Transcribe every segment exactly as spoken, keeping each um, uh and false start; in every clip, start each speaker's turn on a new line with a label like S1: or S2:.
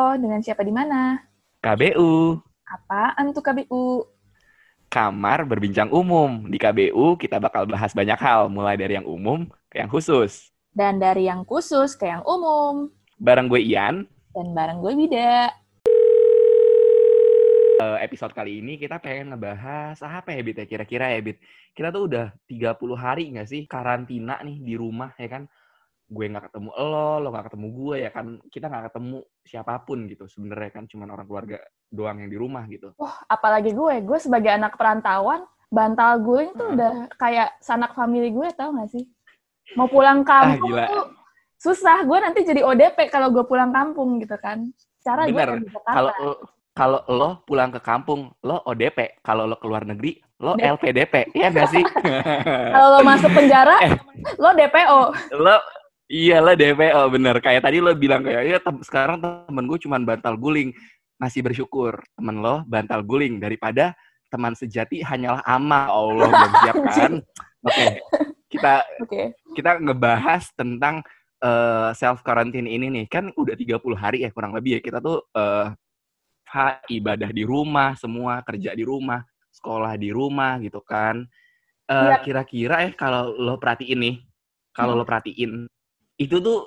S1: dengan siapa di mana?
S2: K B U,
S1: Apaan tuh K B U?
S2: Kamar Berbincang Umum. Di K B U kita bakal bahas banyak hal, mulai dari yang umum ke yang khusus.
S1: Dan dari yang khusus ke yang umum.
S2: Bareng gue Ian,
S1: Dan bareng gue Bida.
S2: eh, episode kali ini kita pengen ngebahas apa ya, Bit, ya? Kira-kira ya, Bit. Kita tuh udah tiga puluh hari nggak sih karantina nih di rumah, ya kan? Gue nggak ketemu lo, lo nggak ketemu gue, ya kan? Kita nggak ketemu siapapun gitu. Sebenarnya kan cuma orang keluarga doang yang di rumah gitu.
S1: Wah, apalagi gue. Gue sebagai anak perantauan, bantal guling tuh
S2: Hah?
S1: udah kayak sanak famili gue, tau gak sih? Mau pulang
S2: Ah,
S1: kampung
S2: gila.
S1: tuh susah. Gue nanti jadi O D P kalau gue pulang kampung gitu kan. Secara gue
S2: Bener.
S1: dari
S2: Kalau
S1: Jakarta.
S2: kalau lo pulang ke kampung, lo O D P. Kalau lo keluar negeri, lo
S1: D-
S2: L P D P. Iya nggak sih?
S1: Kalau lo masuk penjara,
S2: eh,
S1: lo D P O.
S2: lo iya lo D P O, bener. Kayak tadi lo bilang kayak, ya tem- sekarang temen gue cuma bantal guling. Masih bersyukur temen lo bantal guling daripada teman sejati hanyalah ama. Allah, belum siap kan? Oke, kita
S1: Oke.
S2: kita ngebahas tentang uh, self quarantine ini nih. Kan udah tiga puluh hari ya kurang lebih ya. Kita tuh uh, ha, ibadah di rumah, semua kerja di rumah, sekolah di rumah gitu kan. Uh,
S1: Iya.
S2: kira-kira eh kalau lo perhatiin nih, kalau
S1: Hmm.
S2: lo perhatiin, itu tuh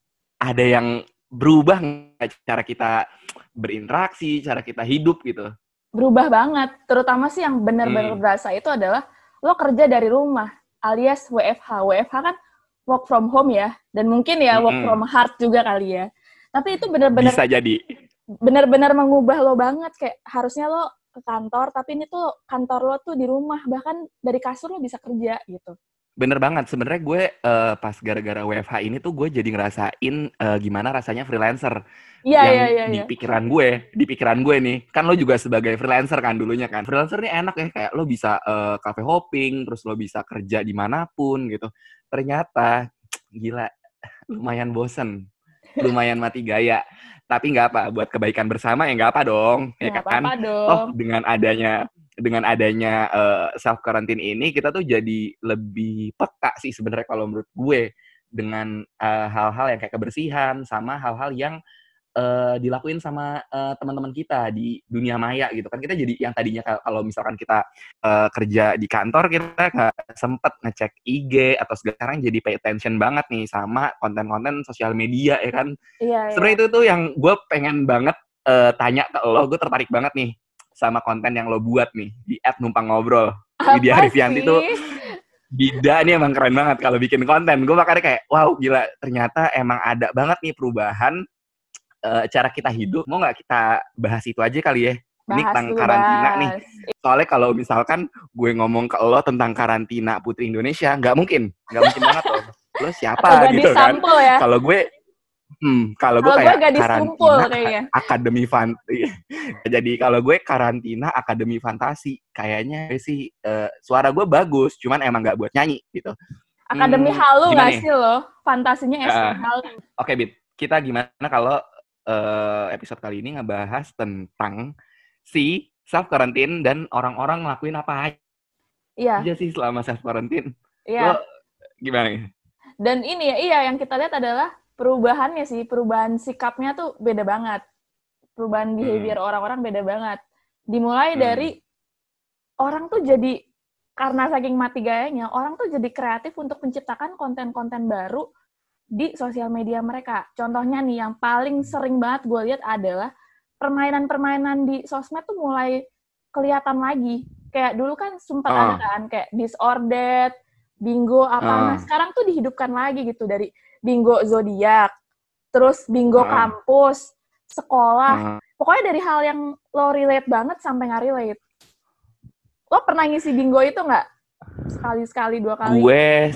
S2: ada yang berubah nggak cara kita berinteraksi, cara kita hidup gitu?
S1: Berubah banget. Terutama sih yang benar-benar
S2: Hmm.
S1: berasa itu adalah lo kerja dari rumah, alias W F H. W F H kan work from home ya, dan mungkin ya work
S2: Mm-mm.
S1: from heart juga kali ya. Tapi itu benar-benar
S2: Bisa jadi.
S1: benar-benar mengubah lo banget. Kayak harusnya lo ke kantor, tapi ini tuh kantor lo tuh di rumah. Bahkan dari kasur lo bisa kerja gitu.
S2: Bener banget. Sebenarnya gue uh, pas gara-gara W F H ini tuh gue jadi ngerasain uh, gimana rasanya freelancer.
S1: Iya, iya,
S2: Yang
S1: iya.
S2: di
S1: iya.
S2: pikiran gue, di pikiran gue nih, kan lo juga sebagai freelancer kan dulunya kan. Freelancer nih enak ya, kayak lo bisa uh, cafe hopping, terus lo bisa kerja dimanapun gitu. Ternyata, gila, lumayan bosen, lumayan mati gaya. Tapi nggak apa, buat kebaikan bersama ya nggak apa dong,
S1: Ya
S2: ya
S1: nggak apa-apa
S2: kan?
S1: dong.
S2: Toh dengan adanya dengan adanya uh, self quarantine ini kita tuh jadi lebih peka sih sebenarnya kalau menurut gue dengan uh, hal-hal yang kayak kebersihan sama hal-hal yang uh, dilakuin sama uh, teman-teman kita di dunia maya gitu kan. Kita jadi yang tadinya kalau misalkan kita uh, kerja di kantor kita nggak sempet ngecek I G atau segala, sekarang jadi pay attention banget nih sama konten-konten sosial media ya kan.
S1: Iya, iya.
S2: Sebenarnya itu tuh yang gue pengen banget uh, tanya ke lo, gue tertarik banget nih sama konten yang lo buat nih di at numpang ngobrol. Widya
S1: Apa
S2: Rivianti
S1: sih?
S2: tuh Bida nih emang keren banget kalau bikin konten. Gue makanya kayak wow gila, ternyata emang ada banget nih perubahan uh, cara kita hidup. Mau nggak kita bahas itu aja kali ya? Ini
S1: Bahas
S2: tentang
S1: dulu,
S2: karantina nih.
S1: bahas.
S2: Soalnya kalau misalkan gue ngomong ke lo tentang karantina Putri Indonesia, nggak mungkin, nggak mungkin banget lo. Lo
S1: Atau
S2: siapa
S1: gadis
S2: gitu kan?
S1: sampul ya.
S2: Kalau gue Hmm, kalau gue
S1: Kalau gue
S2: kayak
S1: gadis kumpul
S2: karantina
S1: kayaknya.
S2: akademi fantasi. Jadi kalau gue karantina akademi fantasi, kayaknya sih uh, suara gue bagus, cuman emang nggak buat nyanyi gitu.
S1: Akademi
S2: Hmm,
S1: halu
S2: gimana
S1: nggak
S2: nih?
S1: sih lo? Fantasinya S M
S2: Uh,
S1: halu.
S2: Oke, okay, Bit. Kita gimana kalau uh, episode kali ini ngebahas tentang si self quarantine dan orang-orang ngelakuin apa
S1: Iya.
S2: aja sih selama self quarantine? Lo
S1: Iya.
S2: gimana nih?
S1: Dan ini ya, iya yang kita lihat adalah perubahannya sih, perubahan sikapnya tuh beda banget. Perubahan behavior
S2: Hmm.
S1: orang-orang beda banget. Dimulai
S2: Hmm.
S1: dari orang tuh jadi, karena saking mati gayanya, orang tuh jadi kreatif untuk menciptakan konten-konten baru di sosial media mereka. Contohnya nih, yang paling sering banget gue lihat adalah permainan-permainan di sosmed tuh mulai kelihatan lagi. Kayak dulu kan sempat
S2: Oh.
S1: ada kan, kayak Disordered, bingo apa.
S2: Oh.
S1: Nah, sekarang tuh dihidupkan lagi gitu. Dari bingo zodiak, terus bingo
S2: Oh.
S1: kampus, sekolah.
S2: Oh.
S1: Pokoknya dari hal yang lo relate banget sampai nggak relate. Lo pernah ngisi bingo itu nggak? Sekali-sekali, dua kali?
S2: Gue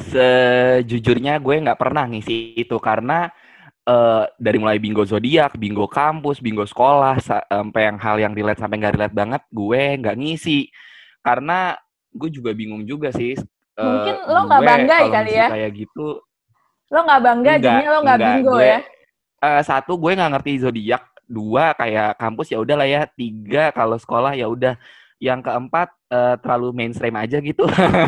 S2: sejujurnya gue nggak pernah ngisi itu karena uh, dari mulai bingo zodiak, bingo kampus, bingo sekolah, sampai yang hal yang relate sampai nggak relate banget, gue nggak ngisi karena gue juga bingung juga sih. Uh,
S1: Mungkin lo nggak bangga kali ya?
S2: Kayak gitu.
S1: Lo nggak bangga,
S2: enggak,
S1: jadinya lo nggak bingo
S2: gue,
S1: ya?
S2: Uh, satu gue nggak ngerti zodiak, dua kayak kampus ya udahlah ya, tiga kalau sekolah ya udah. Yang keempat uh, terlalu mainstream aja gitu.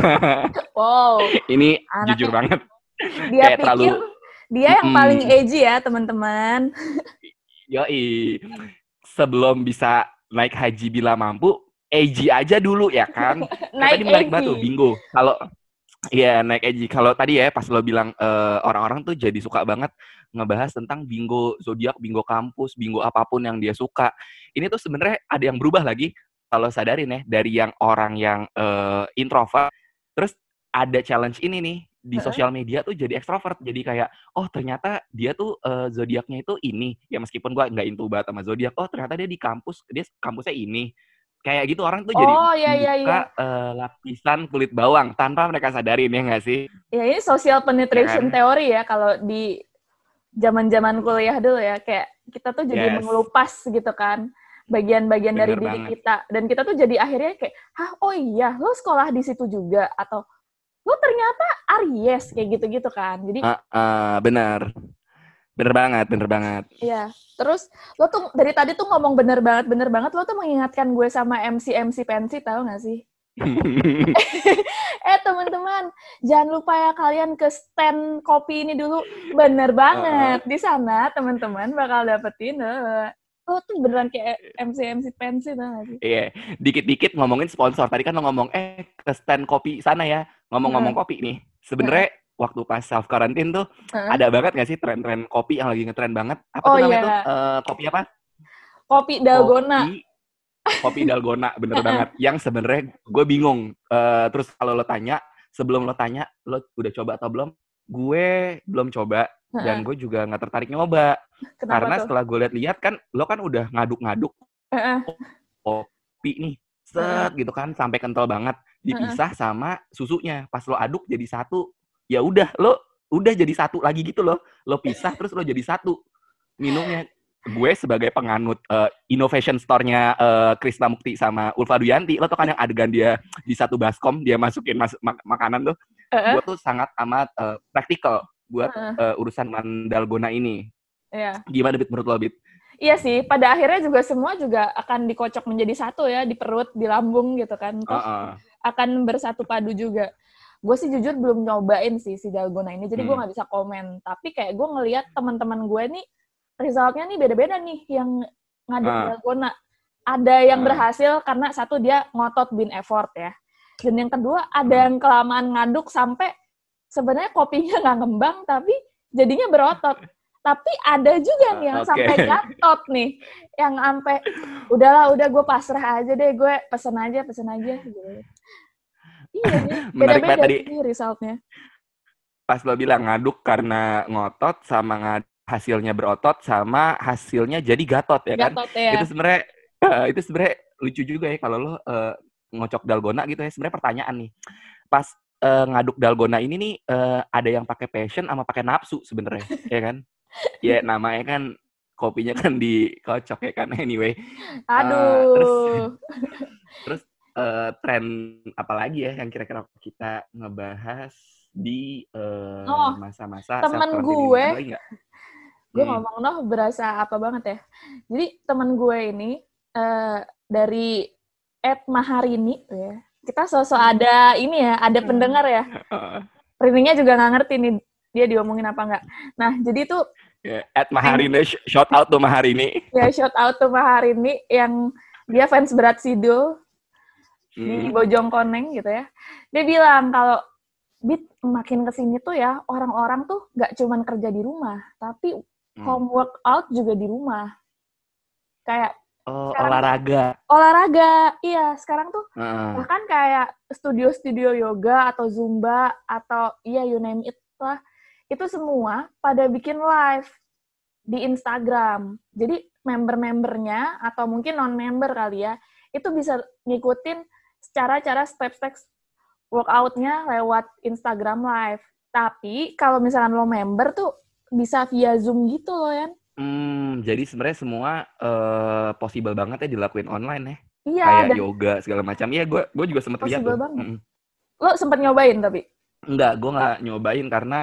S1: Wow.
S2: Ini
S1: Anaknya,
S2: jujur banget.
S1: Dia
S2: kayak
S1: pikir
S2: terlalu
S1: dia yang
S2: mm,
S1: paling edgy ya teman-teman.
S2: Yoi. Sebelum bisa naik haji bila mampu, A G aja dulu ya kan. Kayak
S1: Naik
S2: tadi menarik
S1: A G.
S2: banget tuh, bingo. Kalau iya naik A G. Kalau tadi ya pas lo bilang eh, orang-orang tuh jadi suka banget ngebahas tentang bingo zodiak, bingo kampus, bingo apapun yang dia suka. Ini tuh sebenarnya ada yang berubah lagi kalau sadarin ya dari yang orang yang eh, introvert, terus ada challenge ini nih di
S1: Heeh.
S2: sosial media tuh jadi ekstrovert. Jadi kayak oh ternyata dia tuh eh, zodiaknya itu ini. Ya meskipun gua nggak into banget sama zodiak, oh ternyata dia di kampus, dia kampusnya ini. Kayak gitu orang tuh jadi
S1: Oh, iya, iya, iya.
S2: buka eh, lapisan kulit bawang tanpa mereka sadarin ya nggak sih?
S1: Ya, ini social
S2: Ya
S1: penetration
S2: kan?
S1: theory ya, kalau di zaman-zaman kuliah dulu ya. Kayak kita tuh jadi
S2: Yes,
S1: mengelupas gitu kan, bagian-bagian dari
S2: bener
S1: diri
S2: banget.
S1: kita. Dan kita tuh jadi akhirnya kayak, hah, oh iya, lo sekolah di situ juga? Atau, lo ternyata Aries, kayak gitu-gitu kan. Jadi,
S2: Ah, ah, bener, bener banget, bener banget.
S1: ya, terus lo tuh dari tadi tuh ngomong bener banget, bener banget, lo tuh mengingatkan gue sama M C-M C pensi, tahu nggak sih? Eh teman-teman, jangan lupa ya kalian ke stand kopi ini dulu. Bener
S2: Heeh.
S1: banget, di sana teman-teman bakal dapetin. Uh, lo tuh beneran kayak M C-M C pensi, tau nggak sih?
S2: Iya, dikit-dikit ngomongin sponsor. Tadi kan lo ngomong, eh ke stand kopi sana ya. Ngomong-ngomong
S1: Heeh,
S2: kopi nih.
S1: heeh,
S2: Sebenarnya waktu pas self quarantine tuh
S1: heeh.
S2: ada banget nggak sih tren-tren kopi yang lagi ngetren banget? Apa
S1: Oh
S2: tuh namanya tuh?
S1: iya,
S2: Eh, kopi apa?
S1: kopi dalgona.
S2: Kopi kopi dalgona, bener banget. Yang sebenarnya gue bingung. Eh, terus kalau lo tanya, sebelum lo tanya, lo udah coba atau belum? Gue belum coba dan
S1: Heeh.
S2: gue juga nggak tertarik nyoba.
S1: Kenapa
S2: Karena
S1: tuh?
S2: setelah gue lihat-lihat kan, lo kan udah ngaduk-ngaduk
S1: Heeh,
S2: kopi nih,
S1: heeh,
S2: set gitu kan sampai kental banget,
S1: heeh.
S2: dipisah sama susunya. Pas lo aduk jadi satu, ya udah lo udah jadi satu lagi gitu loh. Lo pisah terus lo jadi satu minumnya. Gue sebagai penganut uh, innovation store-nya uh, Krisna Mukti sama Ulfa Duyanti, lo tau kan yang adegan dia di satu baskom dia masukin mas mak- makanan tuh,
S1: Heeh,
S2: gue tuh sangat amat uh, praktikal buat
S1: heeh.
S2: uh, urusan mandalgona ini.
S1: Iya.
S2: Gimana Bit menurut lo Bit?
S1: Iya sih, pada akhirnya juga semua juga akan dikocok menjadi satu ya, di perut, di lambung gitu kan. Toh
S2: Uh-uh.
S1: akan bersatu padu juga. Gue sih jujur belum nyobain sih si dalgona ini, jadi gue
S2: Hmm.
S1: nggak bisa komen. Tapi kayak gue ngelihat teman-teman gue nih, resultnya nih beda-beda nih yang ngaduk
S2: Uh.
S1: dalgona. Ada yang
S2: Uh.
S1: berhasil karena satu dia ngotot bin effort ya. Dan yang kedua ada
S2: Uh.
S1: yang kelamaan ngaduk sampai sebenarnya kopinya nggak ngembang tapi jadinya berotot. Tapi ada juga nih yang
S2: Uh, Oke.
S1: sampai
S2: Okay.
S1: gatot nih, yang sampai udahlah udah gue pasrah aja deh, gue pesen aja pesen aja gitu. Iya sih,
S2: Menarik banget
S1: beda-beda
S2: tadi
S1: sih resultnya.
S2: pas lo bilang ngaduk karena ngotot sama ngad- hasilnya berotot sama hasilnya jadi gatot ya kan.
S1: Gatot ya.
S2: Itu sebenarnya uh, itu sebenarnya lucu juga ya kalau lo uh, ngocok dalgona gitu ya. Sebenarnya pertanyaan nih. Pas uh, ngaduk dalgona ini nih uh, ada yang pakai passion sama pakai nafsu sebenarnya, ya kan? Ya namanya kan kopinya kan dikocok ya kan anyway. Uh, terus
S1: Aduh.
S2: terus uh, tren apa lagi ya yang kira-kira kita ngebahas di uh,
S1: Oh,
S2: masa-masa self
S1: temen
S2: quarantine ini?
S1: gue,
S2: Ada lagi nggak?
S1: gue
S2: Hmm.
S1: ngomong noh berasa apa banget ya. Jadi temen gue ini uh, dari Ed Maharini ya. Kita sosok ada ini ya, ada pendengar ya.
S2: Uh,
S1: Rininya juga nggak ngerti nih dia diomongin apa nggak. Nah, jadi tuh
S2: yeah, at Maharini, shout out to Maharini.
S1: ya shout out to Maharini yang dia fans berat Sidul
S2: Hmm.
S1: di Bojongkoneng gitu ya. Dia bilang kalau Bit makin kesini tuh ya orang-orang tuh nggak cuman kerja di rumah, tapi
S2: Hmm.
S1: home workout juga di rumah. Kayak
S2: Oh,
S1: sekarang tuh
S2: olahraga.
S1: olahraga, iya sekarang tuh
S2: Uh.
S1: bahkan kayak studio-studio yoga atau zumba atau iya you name it lah, itu semua pada bikin live di Instagram. Jadi member-membernya atau mungkin non-member kali ya, itu bisa ngikutin secara cara step-step workout-nya lewat Instagram live. Tapi kalau misalkan lo member tuh bisa via Zoom gitu loh ya.
S2: Hmm, jadi sebenarnya semua uh, possible banget ya dilakuin online ya.
S1: Iya,
S2: Kayak
S1: dan
S2: yoga segala macam. Iya, gue gue juga sempet lihat
S1: possible
S2: tuh.
S1: banget.
S2: Mm-mm.
S1: Lo sempet nyobain tapi?
S2: Enggak, gue nggak nyobain karena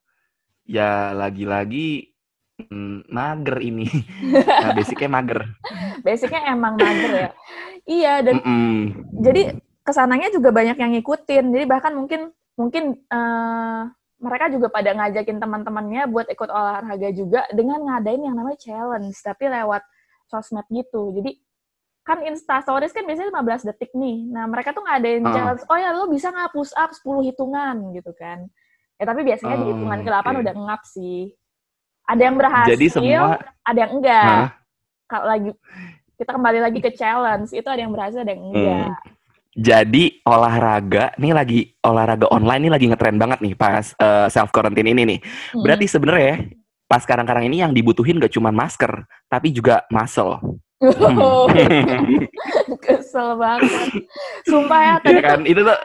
S2: ya lagi-lagi mm, mager ini. Nah, basicnya mager.
S1: Basicnya emang mager ya. Iya, dan
S2: Mm-mm.
S1: jadi kesananya juga banyak yang ngikutin. Jadi bahkan mungkin mungkin uh, mereka juga pada ngajakin teman-temannya buat ikut olahraga juga dengan ngadain yang namanya challenge, tapi lewat sosmed gitu. Jadi kan Insta Stories kan biasanya lima belas detik nih. Nah, mereka tuh ngadain
S2: Uh,
S1: challenge, oh ya lo bisa nggak push up sepuluh hitungan gitu kan. Ya tapi biasanya di hitungan
S2: oh,
S1: ke delapan
S2: oke.
S1: udah ngap sih. Ada yang
S2: Jadi
S1: berhasil,
S2: semua,
S1: ada yang enggak.
S2: hah?
S1: Kalau lagi kita kembali lagi ke challenge, itu ada yang berhasil, ada yang enggak.
S2: Hmm. Jadi olahraga, nih lagi olahraga online nih lagi ngetren banget nih pas uh, self quarantine ini nih. Berarti
S1: Hmm.
S2: sebenarnya pas sekarang-sekarang ini yang dibutuhin gak cuma masker, tapi juga muscle. Hmm.
S1: Kesel banget. Sumpah ya,
S2: Ya
S1: tadi tuh.
S2: kan, itu tuh.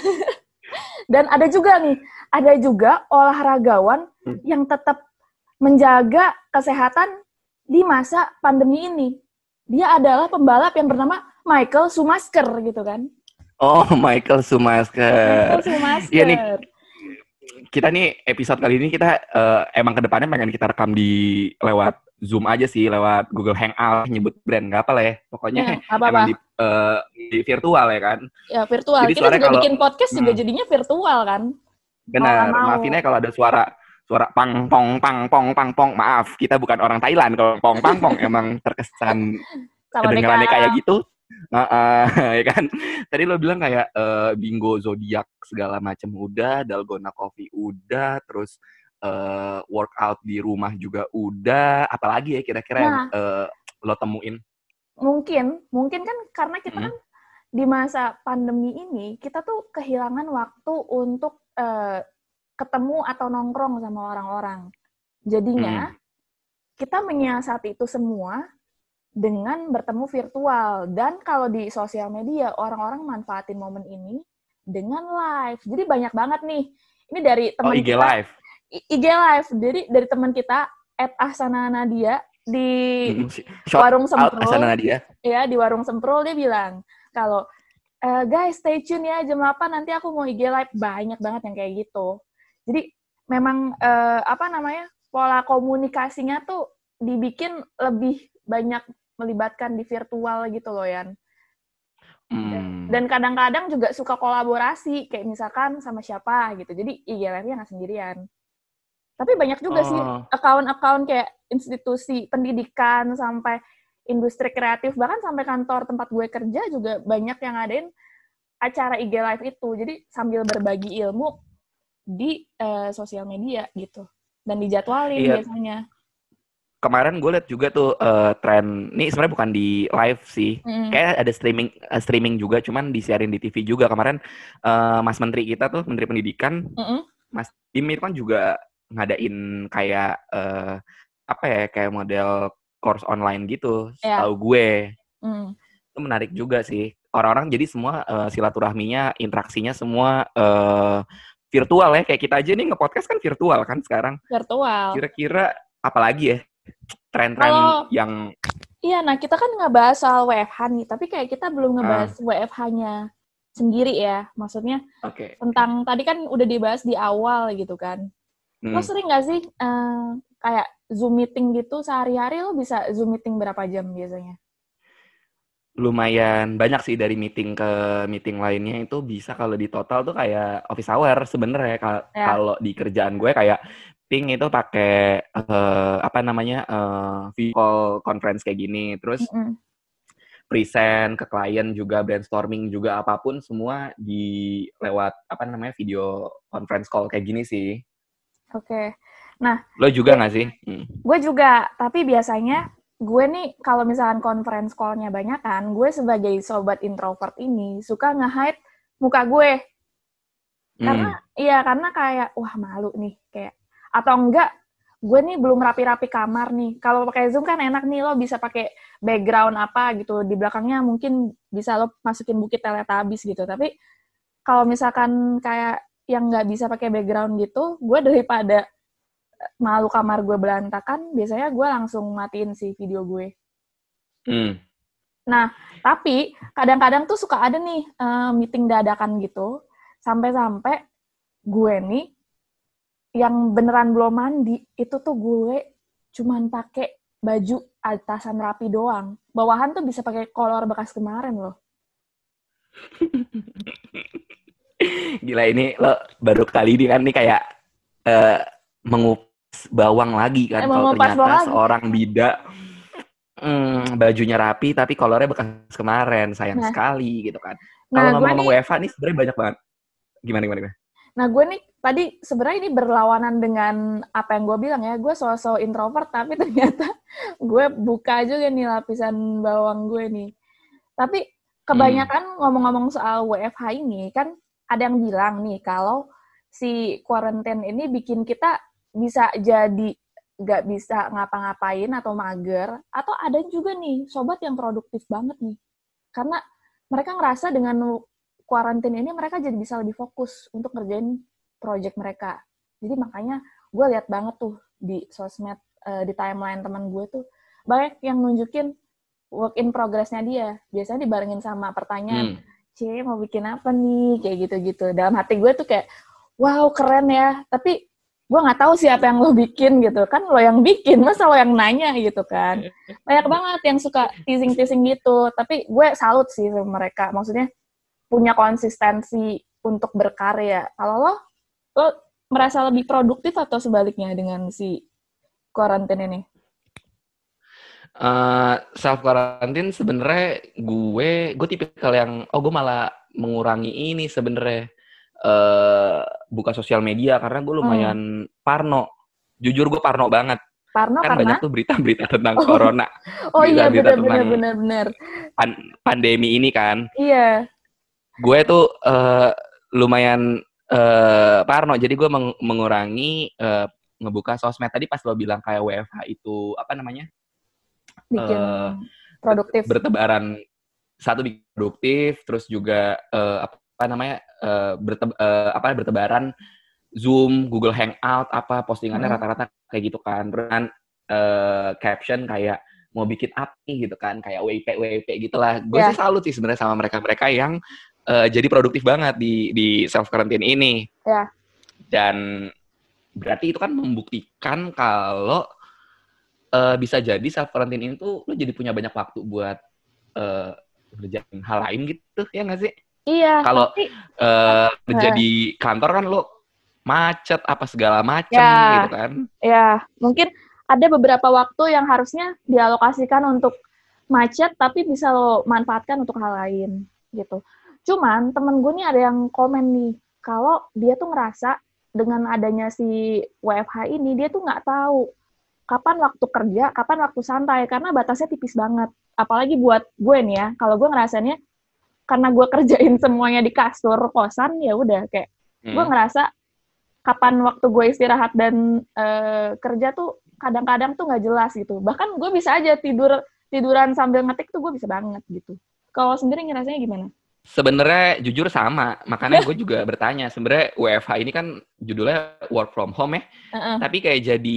S1: Dan ada juga nih, ada juga olahragawan
S2: Hmm.
S1: yang tetap menjaga kesehatan di masa pandemi ini. Dia adalah pembalap yang bernama Michael Schumacher gitu kan.
S2: Oh, Michael Schumacher.
S1: Michael
S2: Iya nih,
S1: Schumacher.
S2: kita nih episode kali ini kita uh, emang kedepannya pengen kita rekam di lewat Zoom aja sih, lewat Google Hangout, nyebut brand nggak apa lah ya. Pokoknya
S1: Ya, apa-apa.
S2: emang di, uh, di virtual ya kan.
S1: Ya, virtual.
S2: Jadi
S1: Kita juga
S2: kalau,
S1: bikin podcast
S2: hmm,
S1: juga jadinya virtual kan.
S2: benar, maafin aja kalau ada suara suara pang pong pang pong pang pong. Maaf, kita bukan orang Thailand. Kalau pong pang pong emang terkesan kedengarannya kayak gitu. Uh, uh, ya kan. Tadi lo bilang kayak uh, bingo zodiak segala macam udah, dalgona coffee udah, terus uh, workout di rumah juga udah. Apalagi ya kira-kira nah, yang uh, lo temuin?
S1: Mungkin, mungkin kan karena kita mm-hmm. kan di masa pandemi ini kita tuh kehilangan waktu untuk uh, ketemu atau nongkrong sama orang-orang. Jadinya hmm. kita menyiasati itu semua dengan bertemu virtual. Dan kalau di sosial media, orang-orang manfaatin momen ini dengan live. Jadi banyak banget nih. Ini dari teman
S2: oh, I G
S1: kita.
S2: Live?
S1: I G Live. Jadi dari teman kita, at Ahsana Nadia, di hmm. Warung Semprul. Ya, di Warung Semprul dia bilang, kalau Uh, guys, stay tune ya, jam delapan nanti aku mau I G live. Banyak banget yang kayak gitu. Jadi, memang, uh, apa namanya, pola komunikasinya tuh dibikin lebih banyak melibatkan di virtual gitu loh, Yan. Hmm. Dan kadang-kadang juga suka kolaborasi, kayak misalkan sama siapa gitu. Jadi, I G live-nya nggak sendirian. Tapi banyak juga oh. sih, account-account kayak institusi pendidikan, sampai industri kreatif, bahkan sampai kantor tempat gue kerja juga banyak yang ngadain acara I G Live itu. Jadi sambil berbagi ilmu di uh, sosial media gitu. Dan dijadwalin iya. biasanya.
S2: Kemarin gue liat juga tuh uh, tren, ini sebenarnya bukan di live sih. Mm. Kayak ada streaming uh, streaming juga, cuman disiarin di T V juga. Kemarin uh, Mas Menteri kita tuh, Menteri Pendidikan, mm-hmm. Mas Bim itu kan juga ngadain kayak, uh, apa ya, kayak model course online gitu, yeah. Tahu gue. Mm. Itu menarik juga sih. Orang-orang jadi semua uh, silaturahminya, interaksinya semua uh, virtual ya. Kayak kita aja nih nge-podcast kan virtual kan sekarang.
S1: Virtual.
S2: Kira-kira apalagi ya tren-tren Halo. yang...
S1: Iya, nah kita kan ngebahas soal W F H nih, tapi kayak kita belum ngebahas uh. W F H-nya sendiri ya. Maksudnya okay. tentang, tadi kan udah dibahas di awal gitu kan. Hmm. Lo sering gak sih uh, kayak Zoom meeting gitu, sehari-hari lo bisa Zoom meeting berapa jam biasanya?
S2: Lumayan banyak sih, dari meeting ke meeting lainnya itu bisa kalau di total tuh kayak office hour sebenarnya. Ya. Kalau di kerjaan gue kayak ping itu pakai uh, apa namanya uh, video call conference kayak gini, terus mm-hmm. present ke klien juga, brainstorming juga, apapun semua di lewat apa namanya video conference call kayak gini sih.
S1: Oke. Okay. Nah,
S2: lo juga nggak sih? Hmm.
S1: Gue juga, tapi biasanya gue nih kalau misalkan conference call-nya banyak kan, gue sebagai sobat introvert ini suka nge-hide muka gue. Karena, hmm. iya karena kayak, wah malu nih, kayak, atau enggak, gue nih belum rapi-rapi kamar nih. Kalau pakai Zoom kan enak nih, lo bisa pakai background apa gitu, di belakangnya mungkin bisa lo masukin bukit Teletubbies gitu. Tapi kalau misalkan kayak yang nggak bisa pakai background gitu, gue daripada malu kamar gue berantakan, biasanya gue langsung matiin si video gue. Hmm. Nah, tapi kadang-kadang tuh suka ada nih uh, meeting dadakan gitu, sampai-sampai gue nih yang beneran belum mandi, itu tuh gue cuman pakai baju atasan rapi doang. Bawahan tuh bisa pakai kolor bekas kemarin loh.
S2: Gila, ini lo baru kali ini kan nih kayak uh, mengupas bawang lagi kan. Kalau ternyata seorang bidak hmm, bajunya rapi tapi kolornya bekas kemarin, sayang nah, sekali gitu kan. Kalau nah, ngomong-ngomong W F H nih sebenarnya banyak banget. Gimana gimana? gimana?
S1: Nah, gue nih tadi sebenarnya ini berlawanan dengan apa yang gue bilang ya. Gue so-so introvert, tapi ternyata gue buka juga nih lapisan bawang gue nih. Tapi kebanyakan hmm. ngomong-ngomong soal W F H ini, kan ada yang bilang nih kalau si quarantine ini bikin kita bisa jadi nggak bisa ngapa-ngapain atau mager. Atau ada juga nih sobat yang produktif banget nih. Karena mereka ngerasa dengan quarantine ini mereka jadi bisa lebih fokus untuk ngerjain project mereka. Jadi makanya gue lihat banget tuh di sosmed, uh, di timeline teman gue tuh banyak yang nunjukin work in progress-nya dia. Biasanya dibarengin sama pertanyaan, hmm. Cie mau bikin apa nih? Kayak gitu-gitu. Dalam hati gue tuh kayak, wow keren ya. Tapi gue nggak tahu siapa yang lo bikin gitu. Kan lo yang bikin, masa lo yang nanya gitu kan. Banyak banget yang suka teasing-teasing gitu. Tapi gue salut sih sama mereka. Maksudnya punya konsistensi untuk berkarya. Kalau lo, lo merasa lebih produktif atau sebaliknya dengan si quarantine ini?
S2: Uh, self quarantine sebenarnya gue, gue tipikal yang, oh gue malah mengurangi ini sebenarnya uh, buka sosial media karena gue lumayan hmm. parno. Jujur gue parno banget.
S1: Parno
S2: kan
S1: karena?
S2: Banyak tuh berita-berita tentang oh. corona.
S1: Oh iya benar-benar.
S2: Pan- pandemi ini kan.
S1: Iya.
S2: Gue tuh uh, lumayan uh, parno, jadi gue meng- mengurangi uh, ngebuka sosmed. Tadi pas lo bilang kayak W F H itu apa namanya?
S1: Bikin uh, produktif.
S2: Bertebaran, satu bikin produktif, terus juga uh, apa namanya? Uh, berte- uh, apa bertebaran Zoom, Google Hangout, apa postingannya hmm. rata-rata kayak gitu kan. Dengan uh, caption kayak mau bikin apa nih gitu kan, kayak W P W P gitulah. Gue yeah. sih salut sih sebenarnya sama mereka-mereka yang uh, jadi produktif banget di di self quarantine ini.
S1: Yeah.
S2: Dan berarti itu kan membuktikan kalau uh, bisa jadi self quarantine ini tuh lo jadi punya banyak waktu buat uh, ngerjain hal lain gitu, ya nggak sih?
S1: Iya.
S2: Kalau
S1: tapi...
S2: uh, kerja uh. di kantor kan lo macet apa segala macam
S1: ya,
S2: gitu kan.
S1: Ya, mungkin ada beberapa waktu yang harusnya dialokasikan untuk macet, tapi bisa lo manfaatkan untuk hal lain, gitu. Cuman, temen gue nih ada yang komen nih, kalau dia tuh ngerasa dengan adanya si W F H ini, dia tuh nggak tahu kapan waktu kerja, kapan waktu santai, karena batasnya tipis banget. Apalagi buat gue nih ya, kalau gue ngerasainnya, karena gue kerjain semuanya di kasur kosan, ya udah kayak, hmm. gue ngerasa kapan waktu gue istirahat dan uh, kerja tuh kadang-kadang tuh nggak jelas gitu. Bahkan gue bisa aja tidur tiduran sambil ngetik tuh gue bisa banget gitu. Kalau sendiri ngerasanya gimana?
S2: Sebenarnya jujur sama, makanya gue juga bertanya. Sebenarnya W F H ini kan judulnya work from home ya, uh-uh. tapi kayak jadi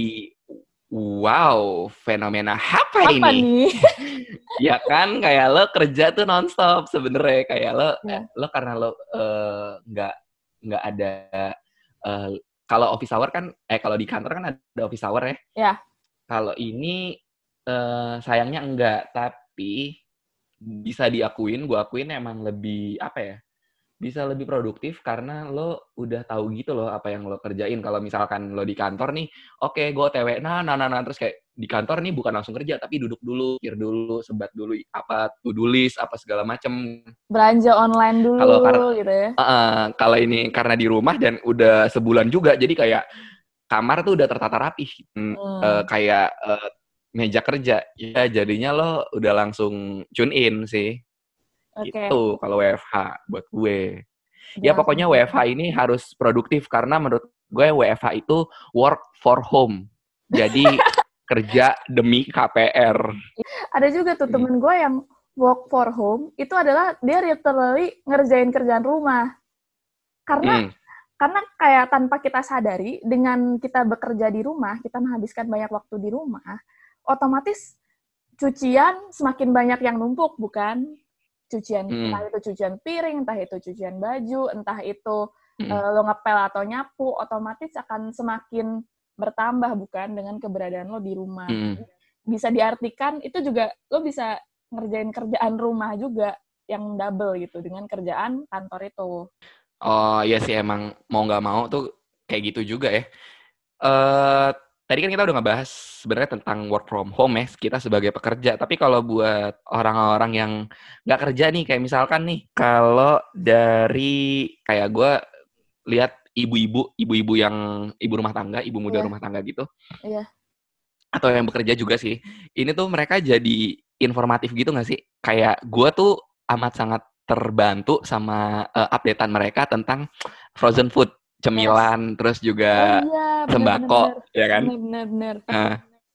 S2: wow fenomena apa,
S1: apa
S2: ini?
S1: Nih?
S2: Ya kan kayak lo kerja tuh nonstop sebenarnya kayak lo yeah. lo karena lo nggak uh, nggak ada Uh, kalau office hour kan, eh kalau di kantor kan ada office hour ya.
S1: Ya.
S2: Kalau ini uh, sayangnya enggak, tapi bisa diakuin, gue akuin emang lebih apa ya? Bisa lebih produktif karena lo udah tahu gitu loh apa yang lo kerjain. Kalau misalkan lo di kantor nih, oke okay, gue O T W, nah, nah, nah, nah, terus kayak di kantor nih bukan langsung kerja, tapi duduk dulu, pikir dulu, sebat dulu, apa, to-do list, apa segala macem.
S1: Belanja online dulu,
S2: kalau karena,
S1: gitu ya.
S2: Uh, kalau ini karena di rumah dan udah sebulan juga, jadi kayak kamar tuh udah tertata rapih. Hmm. Uh, kayak uh, meja kerja. Ya jadinya lo udah langsung tune in sih.
S1: Okay.
S2: Gitu kalau W F H buat gue. Ya, ya pokoknya W F H ini harus produktif karena menurut gue W F H itu work for home. Jadi kerja demi K P R.
S1: Ada juga tuh hmm. temen gue yang work for home itu adalah dia literally ngerjain kerjaan rumah. Karena hmm. karena kayak tanpa kita sadari dengan kita bekerja di rumah, kita menghabiskan banyak waktu di rumah, otomatis cucian semakin banyak yang numpuk, bukan? Cucian, hmm. entah itu cucian piring, entah itu cucian baju, entah itu hmm. uh, lo ngepel atau nyapu, otomatis akan semakin bertambah, bukan? Dengan keberadaan lo di rumah.
S2: Hmm.
S1: Bisa diartikan, itu juga lo bisa ngerjain kerjaan rumah juga, yang double gitu, dengan kerjaan kantor itu.
S2: Oh iya sih, emang mau nggak mau tuh kayak gitu juga ya. Uh, tadi kan kita udah ngebahas sebenarnya tentang work from home ya, kita sebagai pekerja. Tapi kalau buat orang-orang yang nggak kerja nih, kayak misalkan nih, kalau dari kayak gue lihat ibu-ibu, ibu-ibu yang ibu rumah tangga, ibu muda
S1: Iya.
S2: rumah tangga gitu,
S1: Iya.
S2: atau yang bekerja juga sih, ini tuh mereka jadi informatif gitu nggak sih? Kayak gue tuh amat sangat terbantu sama uh, updatean mereka tentang frozen food,
S1: Yes.
S2: cemilan, terus
S1: Oh
S2: juga
S1: iya, benar-benar benar.
S2: sembako, ya kan?
S1: Benar-benar benar.
S2: Uh,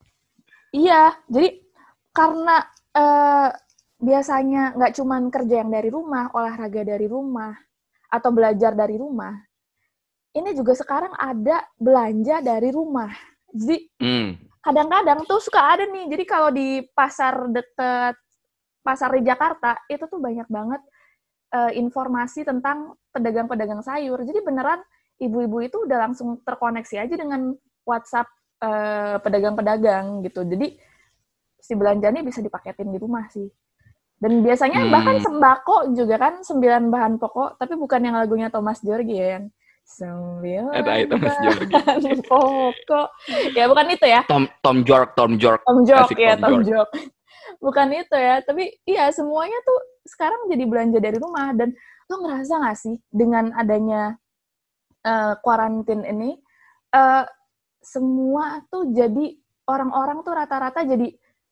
S1: Iya, jadi karena eh, biasanya nggak cuman kerja yang dari rumah, olahraga dari rumah, atau belajar dari rumah, ini juga sekarang ada belanja dari rumah. Jadi
S2: hmm.
S1: kadang-kadang tuh suka ada nih, jadi kalau di pasar deket, pasar di Jakarta, itu tuh banyak banget uh, informasi tentang pedagang-pedagang sayur. Jadi beneran ibu-ibu itu udah langsung terkoneksi aja dengan WhatsApp uh, pedagang-pedagang gitu. Jadi si belanjanya bisa dipaketin di rumah sih. Dan biasanya
S2: Hmm.
S1: bahkan sembako juga kan, sembilan bahan pokok, tapi bukan yang lagunya Thomas Djorghi ya, yang sembilan bahan pokok. Ya bukan itu ya.
S2: Tom Tom York, Tom York.
S1: Tom York
S2: Asik,
S1: ya,
S2: Tom
S1: Tom York. Bukan itu ya, tapi iya semuanya tuh sekarang jadi belanja dari rumah. Dan lo ngerasa nggak sih dengan adanya kuarantin uh, ini, uh, semua tuh jadi orang-orang tuh rata-rata jadi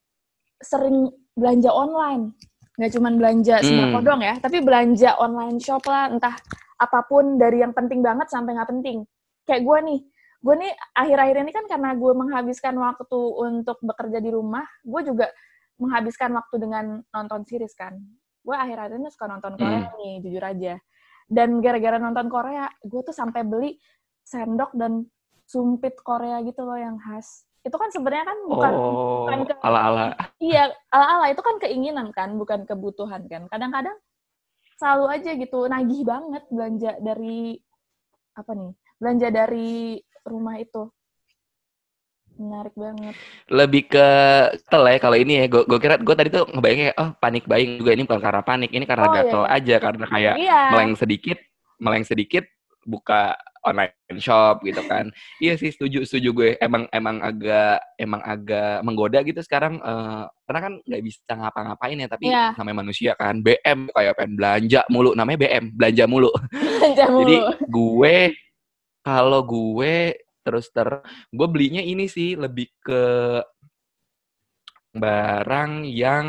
S1: sering belanja online. Nggak cuma belanja sembako hmm. dong ya, tapi belanja online shop lah, entah apapun dari yang penting banget sampai nggak penting. Kayak gue nih, gue nih akhir-akhir ini kan karena gue menghabiskan waktu untuk bekerja di rumah, gue juga menghabiskan waktu dengan nonton series kan. Gue akhir-akhir ini suka nonton Korea hmm. nih, jujur aja. Dan gara-gara nonton Korea, gue tuh sampai beli sendok dan sumpit Korea gitu loh yang khas. Itu kan sebenarnya kan bukan,
S2: oh,
S1: bukan ke,
S2: ala-ala.
S1: Iya, ala-ala itu kan keinginan kan, bukan kebutuhan kan. Kadang-kadang selalu aja gitu nagih banget belanja dari apa nih? Belanja dari rumah itu. Menarik banget.
S2: Lebih ke setelah ya kalau ini ya, gue gue kira gue tadi tuh ngebayangnya oh panik buying juga, ini bukan karena panik, ini karena oh, gatel iya, iya. aja karena kayak iya. meleng sedikit, meleng sedikit buka online shop gitu kan. Iya sih, setuju setuju gue. Emang emang agak emang agak menggoda gitu sekarang uh, karena kan nggak bisa ngapa-ngapain ya, tapi yeah. namanya manusia kan. B M kayak pengen belanja mulu, namanya B M, belanja mulu.
S1: Belanja mulu.
S2: Jadi gue kalau gue terus ter gue belinya ini sih lebih ke barang yang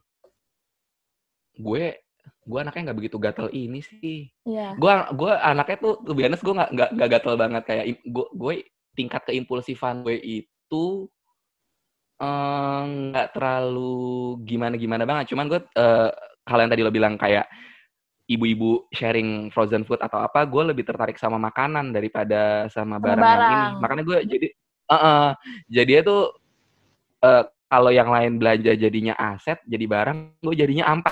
S2: gue gue anaknya nggak begitu gatel ini sih.
S1: Yeah.
S2: Gue gue anaknya tuh, to be honest, gue nggak nggak nggak gatel banget kayak gue gue tingkat keimpulsifan gue itu nggak um, terlalu gimana gimana banget. Cuman gue uh, hal yang tadi lo bilang kayak ibu-ibu sharing frozen food atau apa, gue lebih tertarik sama makanan daripada sama barang, barang. yang ini. Makanya gue jadi uh -uh, jadinya tuh uh, kalau yang lain belanja jadinya aset, jadi barang, gue jadinya ampas.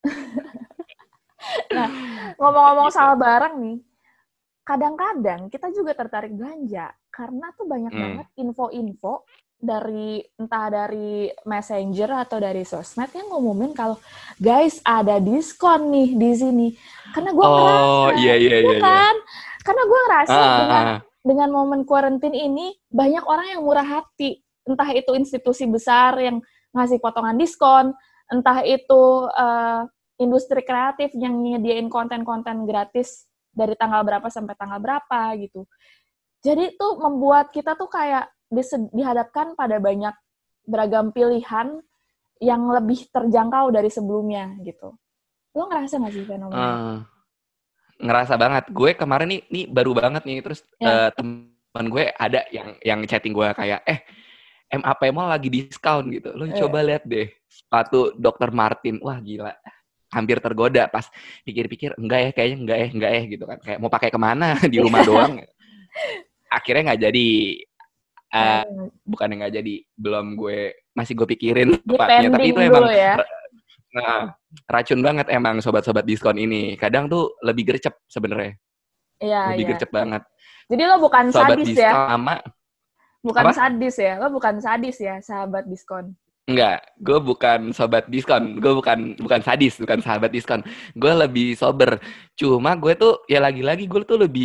S1: Nah, ngomong-ngomong gitu. Soal barang nih, kadang-kadang kita juga tertarik belanja karena tuh banyak hmm. banget info-info dari entah dari messenger atau dari sosmed yang ngumumin kalau guys ada diskon nih di sini. Karena gue
S2: oh,
S1: ngerasa,
S2: iya iya iya
S1: kan? Iya. Karena gue ngerasa
S2: ah,
S1: dengan
S2: ah.
S1: dengan momen kuarantin ini banyak orang yang murah hati. Entah itu institusi besar yang ngasih potongan diskon, entah itu uh, industri kreatif yang nyediain konten-konten gratis dari tanggal berapa sampai tanggal berapa gitu. Jadi tuh membuat kita tuh kayak dihadapkan pada banyak beragam pilihan yang lebih terjangkau dari sebelumnya gitu. Lo ngerasa nggak sih fenomena? Uh,
S2: ngerasa banget. Gue kemarin nih, nih baru banget nih, terus yeah. uh, teman gue ada yang yang chatting gue kayak, eh M A P Mall lagi diskon gitu. Lo yeah. coba lihat deh sepatu dokter Martin. Wah gila. Hampir tergoda pas pikir-pikir enggak ya kayaknya enggak ya enggak ya gitu kan, kayak mau pakai kemana di rumah doang. Akhirnya nggak jadi, uh, bukan nggak jadi, belum gue masih gue pikirin tepatnya, tapi itu emang
S1: ya.
S2: Nah, racun banget emang sobat-sobat diskon ini. Kadang tuh lebih gercep sebenarnya.
S1: Iya,
S2: lebih
S1: iya.
S2: gercep banget.
S1: Jadi lo bukan
S2: sobat
S1: sadis ya?
S2: Sama,
S1: bukan
S2: apa?
S1: sadis ya? Lo bukan sadis ya, sahabat diskon?
S2: Enggak, gue bukan sobat diskon. Gue bukan bukan sadis, bukan sahabat diskon. Gue lebih sober. Cuma gue tuh ya lagi-lagi gue tuh lebih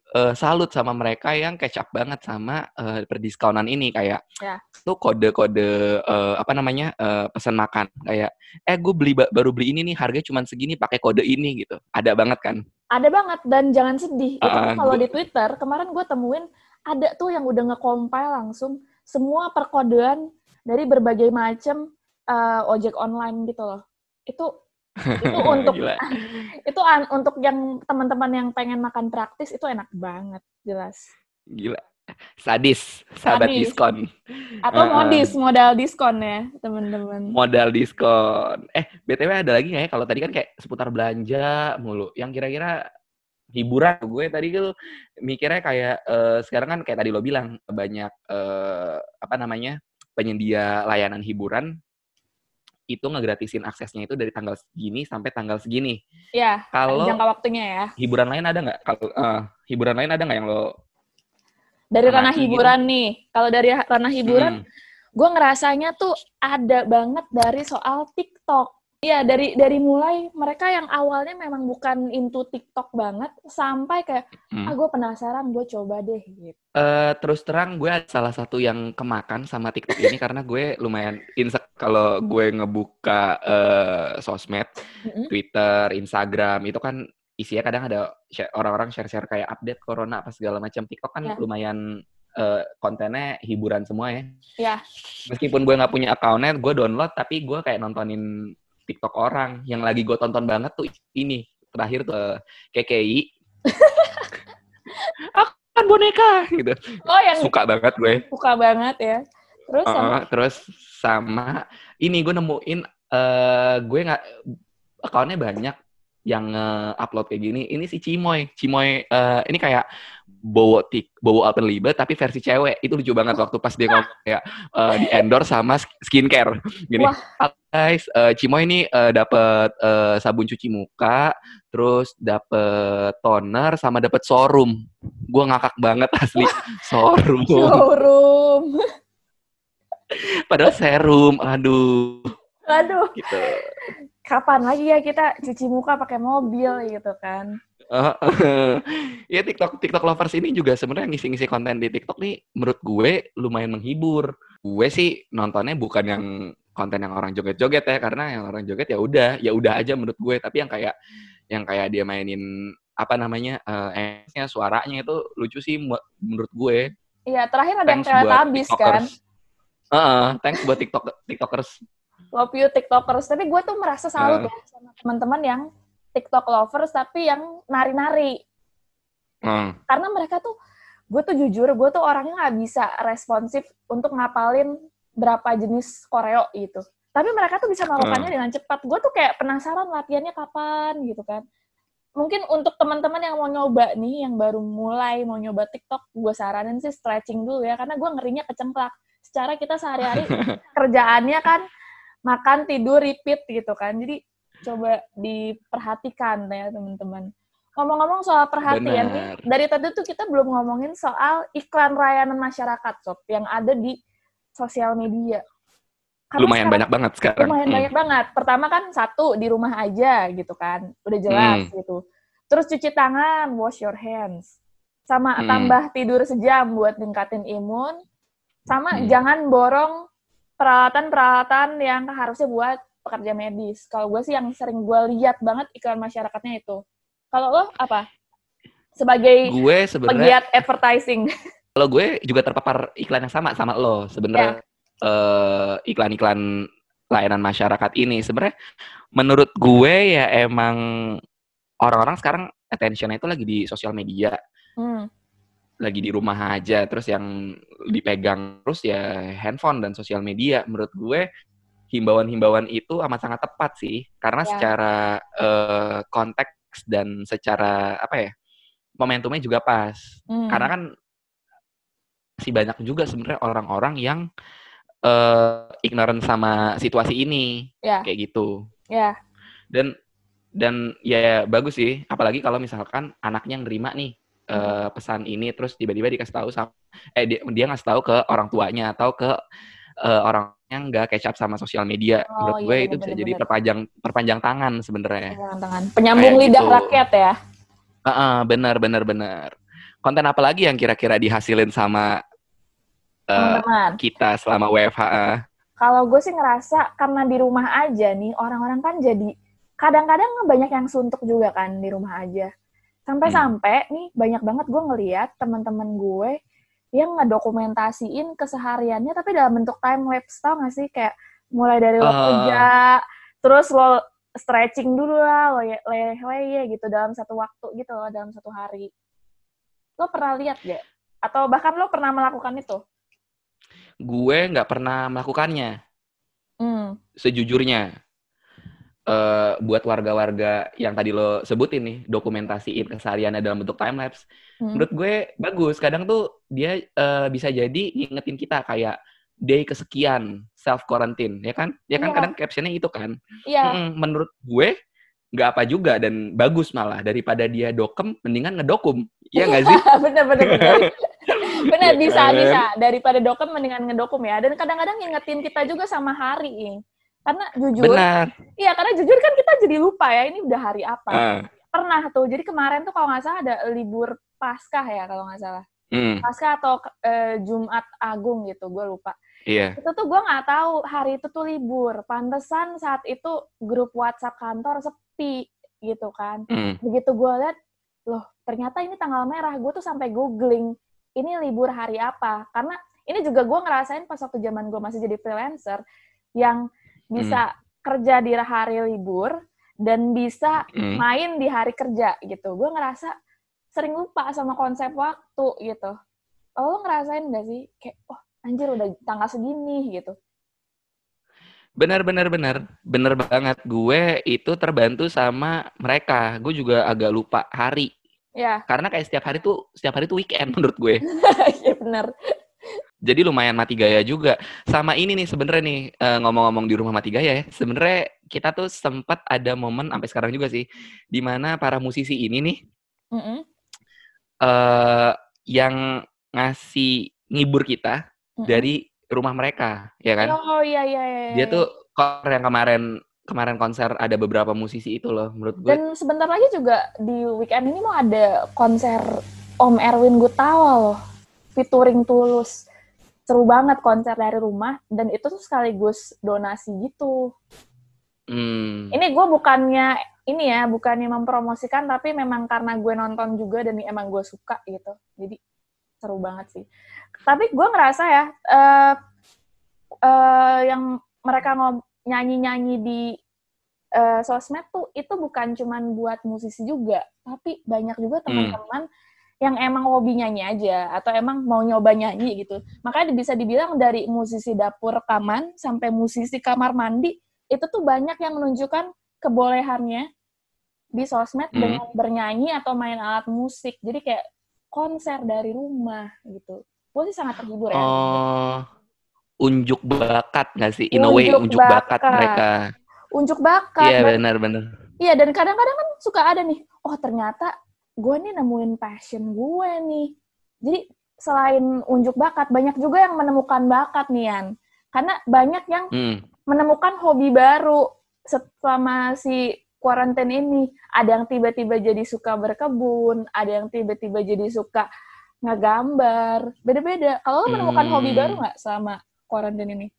S2: uh, salut sama mereka yang catch up banget sama uh, perdiskonan ini kayak
S1: Ya.
S2: tuh kode-kode uh, apa namanya uh, pesan makan kayak eh gue beli baru beli ini nih harganya cuma segini pakai kode ini gitu. Ada banget kan?
S1: Ada banget, dan jangan sedih. Itu
S2: Uh,
S1: tuh kalau
S2: gua...
S1: di Twitter, kemarin gue temuin ada tuh yang udah nge-compile langsung semua perkodean dari berbagai macam uh, ojek online gitu loh. Itu itu untuk itu an, untuk yang teman-teman yang pengen makan praktis itu enak banget, jelas.
S2: Gila. Sadis, sahabat
S1: Sadis.
S2: Diskon.
S1: Atau uh-uh. modis, modal diskon ya, teman-teman.
S2: Modal diskon. Eh, B T W ada lagi nggak ya? Kalau tadi kan kayak seputar belanja mulu. Yang kira-kira hiburan, gue tadi tuh mikirnya kayak uh, sekarang kan kayak tadi lo bilang banyak uh, apa namanya penyedia layanan hiburan itu ngegratisin aksesnya itu dari tanggal segini sampai tanggal segini.
S1: Iya.
S2: Kalau
S1: jangka waktunya ya.
S2: Hiburan lain ada nggak? Kalau uh, hiburan lain ada nggak yang lo
S1: dari ranah hiburan gitu? Nih, kalau dari ranah hiburan, hmm. gue ngerasanya tuh ada banget dari soal TikTok. Iya, dari dari mulai mereka yang awalnya memang bukan into TikTok banget, sampai kayak, hmm. ah gue penasaran, gue coba deh. Gitu.
S2: Uh, terus terang, gue salah satu yang kemakan sama TikTok ini karena gue lumayan insek kalau gue ngebuka uh, sosmed, mm-hmm. Twitter, Instagram, itu kan isinya kadang ada share, orang-orang share-share kayak update corona apa segala macam. TikTok kan ya. Lumayan uh, kontennya hiburan semua ya.
S1: Ya.
S2: Meskipun gue nggak punya akunnya, gue download tapi gue kayak nontonin TikTok orang. Yang lagi gue tonton banget tuh ini terakhir tuh uh, K K I. Aku kan boneka gitu.
S1: Oh yang
S2: suka banget gue.
S1: Suka banget ya. Terus
S2: uh,
S1: sama
S2: terus sama ini gue nemuin uh, gue nggak akunnya banyak yang nge-upload kayak gini. Ini si Cimoy. Cimoy uh, ini kayak Bowo tik, Bowo Alpenliebe tapi versi cewek. Itu lucu banget waktu pas dia ngomong kayak uh, di endorse sama skincare. Gini. Guys, uh, Cimoy ini uh, dapat uh, sabun cuci muka, terus dapat toner sama dapat serum. Gua ngakak banget asli. Serum.
S1: Serum.
S2: Padahal serum. Aduh.
S1: Aduh.
S2: Gitu.
S1: Kapan lagi ya kita cuci muka pakai mobil gitu kan?
S2: Uh, uh, ya TikTok TikTok lovers ini juga sebenarnya ngisi-ngisi konten di TikTok nih menurut gue lumayan menghibur. Gue sih nontonnya bukan yang konten yang orang joget-joget ya, karena yang orang joget ya udah ya udah aja menurut gue. Tapi yang kayak yang kayak dia mainin apa namanya uh, eh suaranya itu lucu sih menurut gue.
S1: Iya, terakhir ada yang Teletubbies kan?
S2: Uh, thanks buat TikTok TikTokers.
S1: Love you TikTokers. Tapi gue tuh merasa salut uh. ya sama teman-teman yang TikTok lovers tapi yang nari-nari. Uh. Karena mereka tuh, gue tuh jujur, gue tuh orangnya nggak bisa responsif untuk ngapalin berapa jenis koreo gitu. Tapi mereka tuh bisa melakukannya uh. dengan cepat. Gue tuh kayak penasaran latihannya kapan gitu kan. Mungkin untuk teman-teman yang mau nyoba nih, yang baru mulai mau nyoba TikTok, gue saranin sih stretching dulu ya, karena gue ngerinya kecemplak. Secara kita sehari-hari kerjaannya kan makan, tidur, repeat gitu kan. Jadi coba diperhatikan ya teman-teman. Ngomong-ngomong soal perhatian nih, dari tadi tuh kita belum ngomongin soal iklan layanan masyarakat, Sob, yang ada di sosial media.
S2: Karena lumayan sekarang, banyak banget sekarang.
S1: Lumayan hmm. banyak banget. Pertama kan satu, di rumah aja gitu kan. Udah jelas hmm. gitu. Terus cuci tangan, wash your hands. Sama hmm. tambah tidur sejam buat ningkatin imun. Sama hmm. jangan borong peralatan-peralatan yang harusnya buat pekerja medis. Kalau gue sih yang sering gue lihat banget iklan masyarakatnya itu. Kalau lo apa? Sebagai
S2: gue
S1: pegiat advertising.
S2: Kalau gue juga terpapar iklan yang sama sama lo. Sebenarnya yeah. uh, iklan-iklan layanan masyarakat ini sebenarnya menurut gue ya emang orang-orang sekarang attention-nya itu lagi di sosial media. Hmm. Lagi di rumah aja, terus yang dipegang terus ya handphone dan sosial media. Menurut gue himbauan-himbauan itu amat sangat tepat sih, karena ya. secara uh, konteks dan secara apa ya momentumnya juga pas. Hmm. Karena kan masih banyak juga sebenarnya orang-orang yang uh, ignorant sama situasi ini, ya. Kayak gitu.
S1: Ya.
S2: Dan dan ya bagus sih, apalagi kalau misalkan anaknya nerima nih. Uh, pesan ini terus tiba-tiba dikasih tahu sama eh dia, dia ngasih tahu ke orang tuanya atau ke uh, orang yang nggak catch up sama sosial media. Oh, menurut gue iya, itu bener, bisa bener. Jadi perpanjang perpanjang tangan sebenarnya.
S1: Perpanjang tangan. Penyambung kayak lidah gitu. Rakyat ya.
S2: Uh, uh, benar benar benar. konten apa lagi yang kira-kira dihasilin sama uh,
S1: teman-teman
S2: kita selama W F H?
S1: Kalau gue sih ngerasa karena di rumah aja nih, orang-orang kan jadi kadang-kadang banyak yang suntuk juga kan di rumah aja. Sampai-sampai hmm. nih banyak banget gue ngeliat teman-teman gue yang ngedokumentasiin kesehariannya tapi dalam bentuk time lapse, tau gak sih? Kayak mulai dari lo uh. kerja, terus lo stretching dulu lah, lo leye-leye gitu dalam satu waktu gitu loh, dalam satu hari. Lo pernah lihat gak? Atau bahkan lo pernah melakukan itu?
S2: Gue nggak pernah melakukannya.
S1: Hmm.
S2: Sejujurnya. Uh, buat warga-warga yang tadi lo sebutin nih, dokumentasiin kesehariannya dalam bentuk timelapse, hmm. menurut gue bagus. Kadang tuh dia uh, bisa jadi ngingetin kita kayak day kesekian self quarantine, ya kan? Ya kan yeah. Kadang captionnya itu kan.
S1: Yeah.
S2: Menurut gue nggak apa juga dan bagus malah daripada dia dokem, mendingan ngedokum, ya nggak sih?
S1: Bener-bener bener. Bener ya bisa kan? Bisa daripada dokem mendingan ngedokum ya. Dan kadang-kadang ngingetin kita juga sama hari ini. Karena jujur,
S2: benar.
S1: Iya karena jujur kan kita jadi lupa ya ini udah hari apa.
S2: Uh.
S1: Pernah tuh, jadi kemarin tuh kalau nggak salah ada libur Paskah ya kalau nggak salah.
S2: Mm.
S1: Paskah atau uh, Jumat Agung gitu, gue lupa.
S2: Iya.
S1: Itu tuh gue nggak tahu hari itu tuh libur. Pantesan saat itu grup WhatsApp kantor sepi gitu kan.
S2: Mm.
S1: Begitu gue lihat, loh ternyata ini tanggal merah. Gue tuh sampai googling ini libur hari apa. Karena ini juga gue ngerasain pas waktu zaman gue masih jadi freelancer yang bisa hmm. kerja di hari libur dan bisa hmm. main di hari kerja gitu. Gue ngerasa sering lupa sama konsep waktu gitu. Oh, lo ngerasain gak sih? Kayak, oh anjir udah tanggal segini gitu.
S2: Benar, benar, benar. Benar banget. Gue itu terbantu sama mereka. Gue juga agak lupa hari.
S1: Ya.
S2: Karena kayak setiap hari tuh, setiap hari tuh weekend menurut gue.
S1: Iya benar.
S2: Jadi lumayan mati gaya juga. Sama ini nih sebenarnya nih uh, ngomong-ngomong di rumah mati gaya ya. Sebenarnya kita tuh sempat ada momen sampai sekarang juga sih, di mana para musisi ini nih
S1: mm-hmm.
S2: uh, yang ngasih ngibur kita mm-hmm. dari rumah mereka, ya kan?
S1: Oh iya iya iya.
S2: Dia tuh kor yang kemarin kemarin konser ada beberapa musisi itu loh menurut gue.
S1: Dan sebentar lagi juga di weekend ini mau ada konser Om Erwin Gutawa loh, featuring Tulus. Seru banget konser dari rumah, dan itu tuh sekaligus donasi gitu.
S2: Hmm.
S1: Ini gue bukannya, ini ya, bukannya mempromosikan, tapi memang karena gue nonton juga, dan emang gue suka gitu. Jadi, seru banget sih. Tapi gue ngerasa ya, uh, uh, yang mereka mau nyanyi-nyanyi di uh, sosmed tuh, itu bukan cuman buat musisi juga, tapi banyak juga teman-teman hmm. yang emang hobi nyanyi aja, atau emang mau nyoba nyanyi gitu. Makanya bisa dibilang dari musisi dapur rekaman sampai musisi kamar mandi, itu tuh banyak yang menunjukkan kebolehannya di sosmed hmm. dengan bernyanyi atau main alat musik. Jadi kayak konser dari rumah gitu. Gue sih sangat terhibur ya.
S2: Oh, unjuk bakat nggak sih? In a way, unjuk, unjuk bakat. bakat mereka.
S1: Unjuk bakat.
S2: Iya, benar-benar.
S1: Iya, dan kadang-kadang kan suka ada nih, oh ternyata gue nih nemuin passion gue nih. Jadi selain unjuk bakat, banyak juga yang menemukan bakat nih, Yan. Karena banyak yang hmm. menemukan hobi baru selama si quarantine ini. Ada yang tiba-tiba jadi suka berkebun, ada yang tiba-tiba jadi suka ngegambar. Beda-beda. Kalau lo menemukan hmm. hobi baru nggak selama quarantine ini?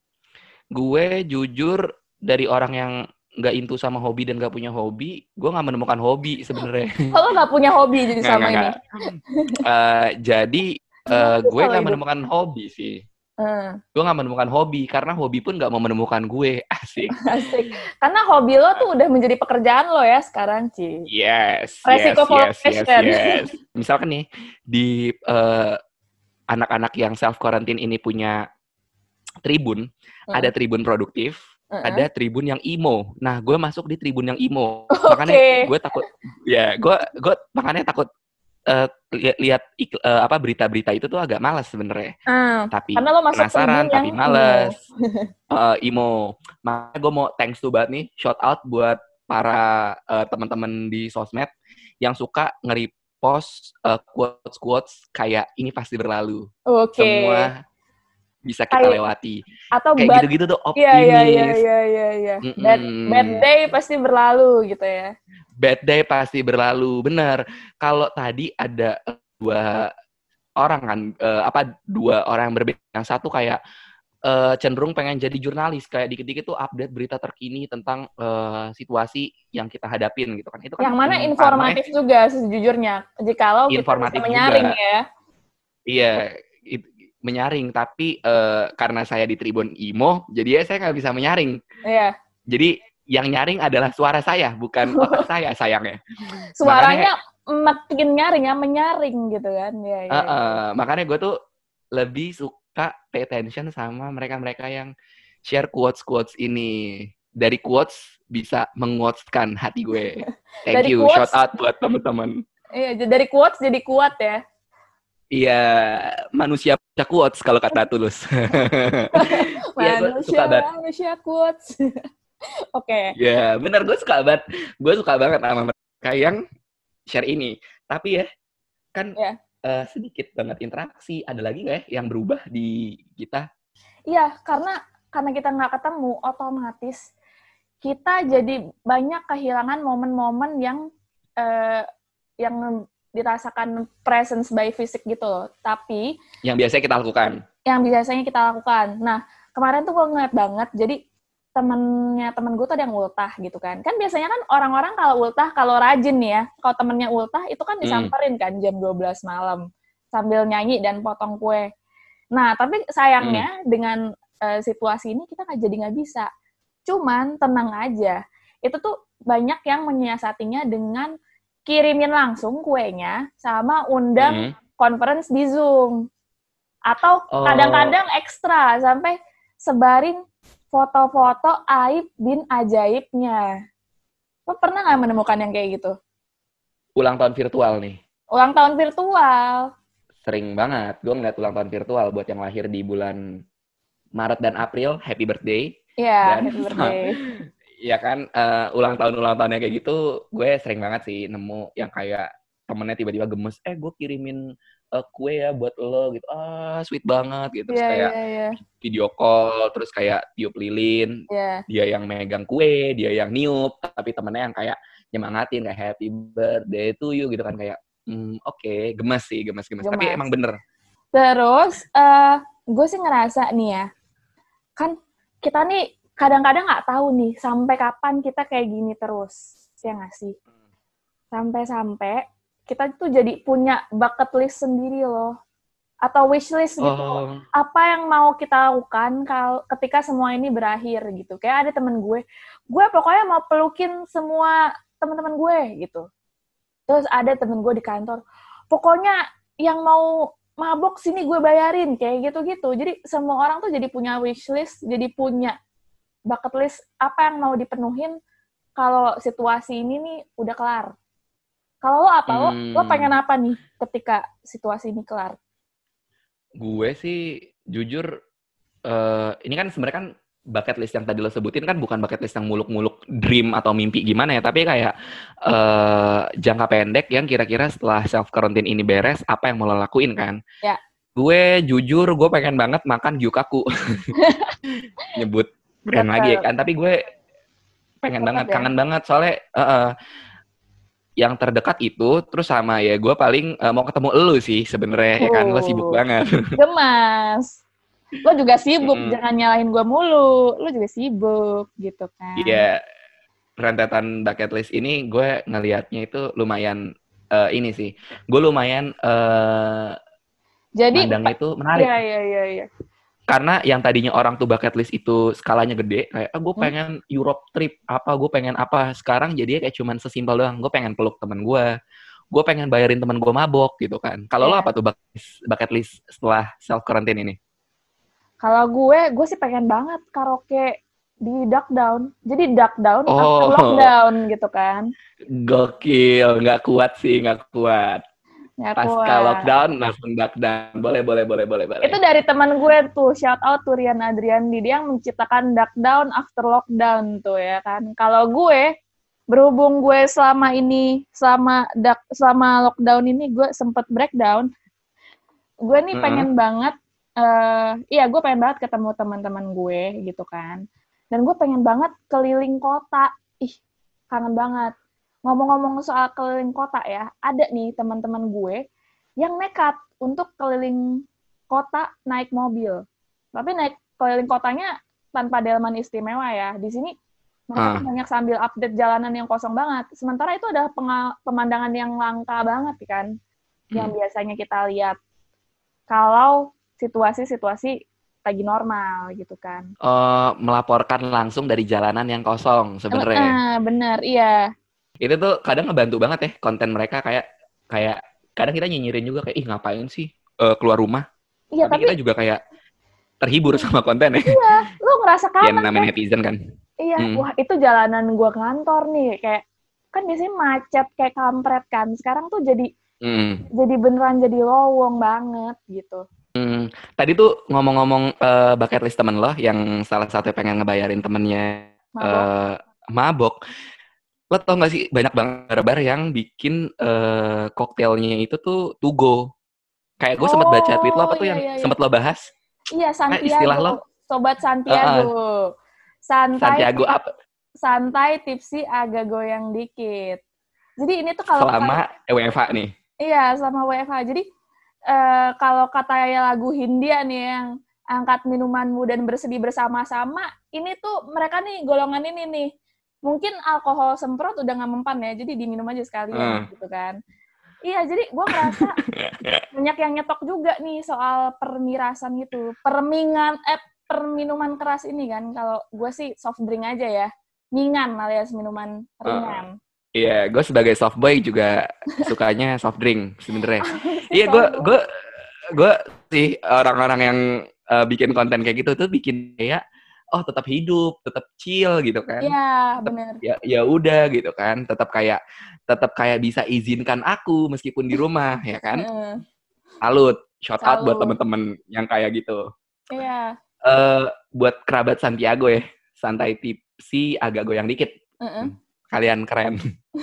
S2: Gue jujur dari orang yang nggak into sama hobi dan nggak punya hobi, gue nggak menemukan hobi sebenarnya.
S1: Kalau nggak punya hobi jadi sama ini.
S2: uh, jadi uh, gue nggak menemukan hobi sih.
S1: Hmm.
S2: Gue nggak menemukan hobi karena hobi pun nggak mau menemukan gue. Asik.
S1: Asik. Karena hobi lo tuh udah menjadi pekerjaan lo ya sekarang, Ci.
S2: Yes.
S1: Resiko
S2: yes, yes, yes, yes. Misalkan nih di uh, anak-anak yang self quarantine ini punya tribun, hmm. ada tribun produktif. Uh-huh. Ada tribun yang emo. Nah, gue masuk di tribun yang emo. Okay. Makanya gue takut. Ya, gue gue makanya takut uh, li- lihat ik- uh, apa berita-berita itu tuh agak malas sebenarnya.
S1: Uh,
S2: tapi
S1: lo
S2: penasaran, tapi malas. Emo. uh, emo. Makanya gue mau thanks to banget nih, shout out buat para uh, teman-teman di sosmed yang suka nge-repost uh, quotes-quotes kayak ini pasti berlalu.
S1: Oke. Okay.
S2: Semua bisa kita lewati.
S1: Atau
S2: kayak
S1: bad,
S2: gitu-gitu tuh optimis.
S1: Iya, iya, iya, iya, iya. Bad, bad day pasti berlalu gitu ya.
S2: Bad day pasti berlalu, benar. Kalau tadi ada dua orang kan, uh, apa dua orang yang berbeda. Yang satu kayak uh, cenderung pengen jadi jurnalis, kayak dikit-dikit tuh update berita terkini tentang uh, situasi yang kita hadapin gitu kan. Itu kan
S1: Yang mana
S2: hmm,
S1: informatif
S2: parnonya
S1: juga sejujurnya, jikalau kita bisa
S2: informatif
S1: menyaring
S2: juga.
S1: ya.
S2: Iya, it- menyaring. Tapi uh, karena saya di Tribun Imo, jadi ya saya nggak bisa menyaring.
S1: Iya.
S2: Jadi yang nyaring adalah suara saya, bukan otak saya sayangnya.
S1: Suaranya makin nyaring ya, menyaring gitu kan. Ya,
S2: Uh,
S1: ya, ya.
S2: uh, makanya gue tuh lebih suka pay attention sama mereka-mereka yang share quotes-quotes ini. Dari quotes bisa menguatkan hati gue. Thank
S1: Dari
S2: you,
S1: quotes,
S2: shout out buat teman-teman.
S1: iya, dari quotes jadi kuat ya.
S2: Iya, manusia baca quotes kalau kata Tulus. Iya, gue
S1: Manusia,
S2: suka banget.
S1: manusia quotes. Oke. Okay.
S2: Ya, benar, gue suka banget. Gue suka banget sama mereka yang share ini. Tapi ya, kan
S1: yeah.
S2: uh, sedikit banget interaksi. Ada lagi nggak ya yang berubah di kita?
S1: Iya, karena karena kita nggak ketemu, otomatis kita jadi banyak kehilangan momen-momen yang uh, yang dirasakan presence by fisik gitu loh. Tapi
S2: yang biasanya kita lakukan.
S1: Yang biasanya kita lakukan. Nah, kemarin tuh gue ngeliat banget, jadi temennya temen gue tuh ada yang ultah gitu kan. Kan biasanya kan orang-orang kalau ultah, kalau rajin nih ya, kalau temennya ultah itu kan disamperin kan jam dua belas malam sambil nyanyi dan potong kue. Nah, tapi sayangnya mm. dengan uh, situasi ini kita nggak jadi nggak bisa. Cuman tenang aja, itu tuh banyak yang menyiasatinya dengan kirimin langsung kuenya sama undang mm. conference di Zoom. Atau kadang-kadang ekstra sampai sebarin foto-foto aib bin ajaibnya. Lo pernah nggak menemukan yang kayak gitu?
S2: Ulang tahun virtual nih.
S1: Ulang tahun virtual.
S2: Sering banget. Gue ngeliat ulang tahun virtual buat yang lahir di bulan Maret dan April. Happy birthday.
S1: Iya, yeah, happy birthday.
S2: Ya kan, uh, ulang tahun-ulang tahunnya kayak gitu, gue sering banget sih nemu yang kayak temennya tiba-tiba gemes, eh gue kirimin uh, kue ya buat lo gitu, ah sweet banget gitu, terus
S1: yeah,
S2: kayak
S1: yeah, yeah.
S2: video call, terus kayak tiup lilin,
S1: yeah.
S2: dia yang megang kue, dia yang niup, tapi temennya yang kayak nyemangatin kayak happy birthday to you gitu kan, kayak hmm, oke, okay. gemes sih, gemes-gemes, tapi emang bener.
S1: Terus, uh, gue sih ngerasa nih ya, kan kita nih kadang-kadang nggak tahu nih sampai kapan kita kayak gini terus, ya nggak sih? Sampai-sampai kita tuh jadi punya bucket list sendiri loh, atau wish list gitu. Oh. Apa yang mau kita lakukan kalau ketika semua ini berakhir gitu. Kayak ada temen gue, gue pokoknya mau pelukin semua teman-teman gue gitu. Terus ada temen gue di kantor, pokoknya yang mau mabok sini gue bayarin, kayak gitu-gitu. Jadi semua orang tuh jadi punya wish list, jadi punya bucket list apa yang mau dipenuhin kalau situasi ini nih udah kelar. Kalau lo apa? Hmm. Lo, lo pengen apa nih ketika situasi ini kelar?
S2: Gue sih jujur, uh, ini kan sebenarnya kan bucket list yang tadi lo sebutin kan bukan bucket list yang muluk-muluk dream atau mimpi gimana ya, tapi kayak uh, jangka pendek yang kira-kira setelah self quarantine ini beres, apa yang mau lo lakuin kan?
S1: Ya.
S2: Gue jujur, gue pengen banget makan gyukaku. Nyebut brand lagi ya kan, tapi gue pengen Betul banget, ya? kangen banget, soalnya uh, uh, yang terdekat itu, terus sama ya gue paling uh, mau ketemu elu sih sebenarnya, oh. ya kan, lo sibuk banget.
S1: Gemas. Lo juga sibuk, mm. jangan nyalahin gue mulu, lo juga sibuk, gitu kan.
S2: Iya, yeah. rentetan bucket list ini gue ngelihatnya itu lumayan, uh, ini sih, gue lumayan uh,
S1: Jadi,
S2: mandangnya itu menarik.
S1: Iya, iya, iya, iya.
S2: Karena yang tadinya orang tuh bucket list itu skalanya gede, kayak, ah, gue pengen hmm? Europe trip, apa, gue pengen apa. Sekarang jadinya kayak cuman sesimpel doang, gue pengen peluk temen gue, gue pengen bayarin temen gue mabok, gitu kan. Kalau yeah. lo apa tuh bucket list, bucket list setelah self-quarantine ini?
S1: Kalau gue, gue sih pengen banget karaoke di duck down. Jadi duck down
S2: oh.
S1: after lockdown, gitu kan.
S2: Gokil, nggak kuat sih, nggak kuat.
S1: Nggak
S2: Pasca
S1: kuat.
S2: lockdown, langsung duck down. Boleh, boleh, boleh, boleh, boleh.
S1: Itu dari teman gue tuh, shout out to Rian Adriandi, dia yang menciptakan duck down after lockdown tuh ya kan. Kalau gue, berhubung gue selama ini, selama duck, selama lockdown ini gue sempet breakdown, gue nih pengen uh-huh. banget, uh, iya gue pengen banget ketemu teman-teman gue gitu kan. Dan gue pengen banget keliling kota, ih kangen banget. Ngomong-ngomong soal keliling kota ya, ada nih teman-teman gue yang nekat untuk keliling kota naik mobil. Tapi naik keliling kotanya tanpa delman istimewa ya. Di sini mereka
S2: Ah.
S1: banyak sambil update jalanan yang kosong banget. Sementara itu ada pengal- pemandangan yang langka banget kan, yang
S2: Hmm.
S1: biasanya kita lihat kalau situasi-situasi lagi normal gitu kan.
S2: Uh, melaporkan langsung dari jalanan yang kosong sebenarnya.
S1: Eh, bener, iya.
S2: Itu tuh kadang ngebantu banget ya konten mereka, kayak kayak kadang kita nyinyirin juga kayak ih ngapain sih uh, keluar rumah.
S1: Iya,
S2: Tapi,
S1: tapi
S2: kita juga kayak terhibur sama konten ya.
S1: iya, lu ngerasa
S2: Ya
S1: kangen kan?
S2: namanya netizen kan.
S1: Iya,
S2: Hmm.
S1: wah itu jalanan gua ke kantor nih, kayak kan biasanya macet kayak kampret kan. Sekarang tuh jadi
S2: Hmm.
S1: jadi beneran jadi lowong banget gitu.
S2: Hmm. Tadi tuh ngomong-ngomong uh, bucket list temen lo yang salah satu pengen ngebayarin temennya
S1: Mabok.
S2: uh, mabok. Lo tau gak sih banyak banget barbar yang bikin uh, koktailnya itu tuh to go. Kayak gue sempat baca tweet lo apa
S1: Oh,
S2: tuh
S1: iya,
S2: yang
S1: iya, iya.
S2: sempat lo bahas.
S1: Iya,
S2: Nah, istilah lo
S1: Santiago. Sobat
S2: uh,
S1: Santiago.
S2: uh,
S1: Santai,
S2: Santiago apa?
S1: santai, tipsi, agak goyang dikit. Jadi ini tuh kalau
S2: Selama W F H nih.
S1: iya, sama W F H. Jadi uh, kalau kata lagu Hindia nih yang angkat minumanmu dan bersedih bersama-sama, ini tuh mereka nih golongan ini nih. Mungkin alkohol semprot udah nggak mempan ya, jadi diminum aja sekalian
S2: Uh.
S1: gitu kan. Iya, jadi gue ngerasa banyak yang nyetok juga nih soal permirasan gitu. Permingan, eh, perminuman keras ini kan. Kalau gue sih soft drink aja ya. Mingan alias minuman ringan.
S2: Iya, uh, gue sebagai soft boy juga sukanya soft drink sebenarnya. Iya,
S1: Si
S2: gue
S1: soft boy.
S2: gue gue sih orang-orang yang uh, bikin konten kayak gitu tuh bikin kayak oh tetap hidup, tetap chill gitu kan.
S1: Iya,
S2: Tetap,
S1: bener.
S2: ya ya udah gitu kan, tetap kayak tetap kayak bisa izinkan aku meskipun di rumah ya kan. Salut, shout out buat teman-teman yang kayak gitu.
S1: Iya.
S2: Uh, buat kerabat Santiago ya, santai tipsi agak goyang dikit.
S1: Uh-uh.
S2: Kalian keren.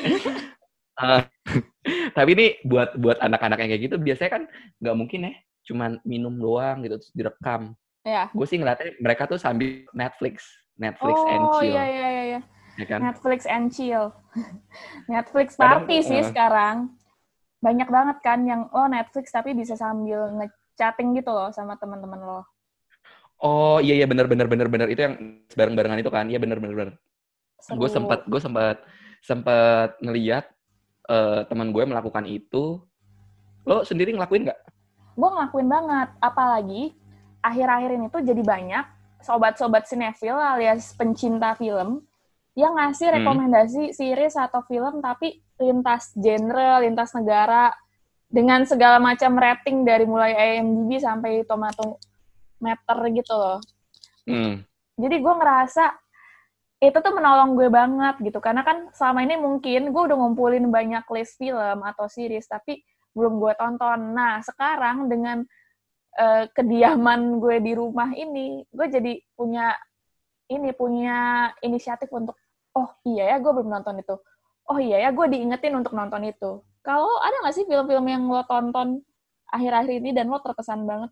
S2: uh, tapi ini buat buat anak-anak yang kayak gitu biasanya kan nggak mungkin ya, cuman minum doang gitu terus direkam.
S1: Iya.
S2: Gue sih ngeliatnya mereka tuh sambil Netflix, Netflix
S1: oh,
S2: and chill.
S1: Oh iya iya iya.
S2: Ya kan?
S1: Netflix and chill. Netflix party Kadang, sih uh, sekarang. Banyak banget kan yang lo oh, Netflix tapi bisa sambil nge-chatting gitu loh sama teman-teman lo.
S2: Oh iya iya benar benar benar benar itu yang bareng-barengan itu kan. Iya benar benar benar. Gue sempat gue sempat sempat ngeliat uh, teman gue melakukan itu. Lo sendiri ngelakuin nggak?
S1: Gue ngelakuin banget. Apalagi akhir-akhir ini tuh jadi banyak sobat-sobat sinefil alias pencinta film yang ngasih rekomendasi hmm. series atau film tapi lintas genre, lintas negara dengan segala macam rating dari mulai I M D B sampai Tomato Meter gitu loh.
S2: Hmm.
S1: Jadi gue ngerasa itu tuh menolong gue banget gitu karena kan selama ini mungkin gue udah ngumpulin banyak list film atau series tapi belum gue tonton. Nah sekarang dengan uh, kediaman gue di rumah ini, gue jadi punya ini punya inisiatif untuk oh iya ya gue belum nonton itu. Oh iya ya gue diingetin untuk nonton itu. Kalau ada nggak sih film-film yang lo tonton akhir-akhir ini dan lo terkesan banget?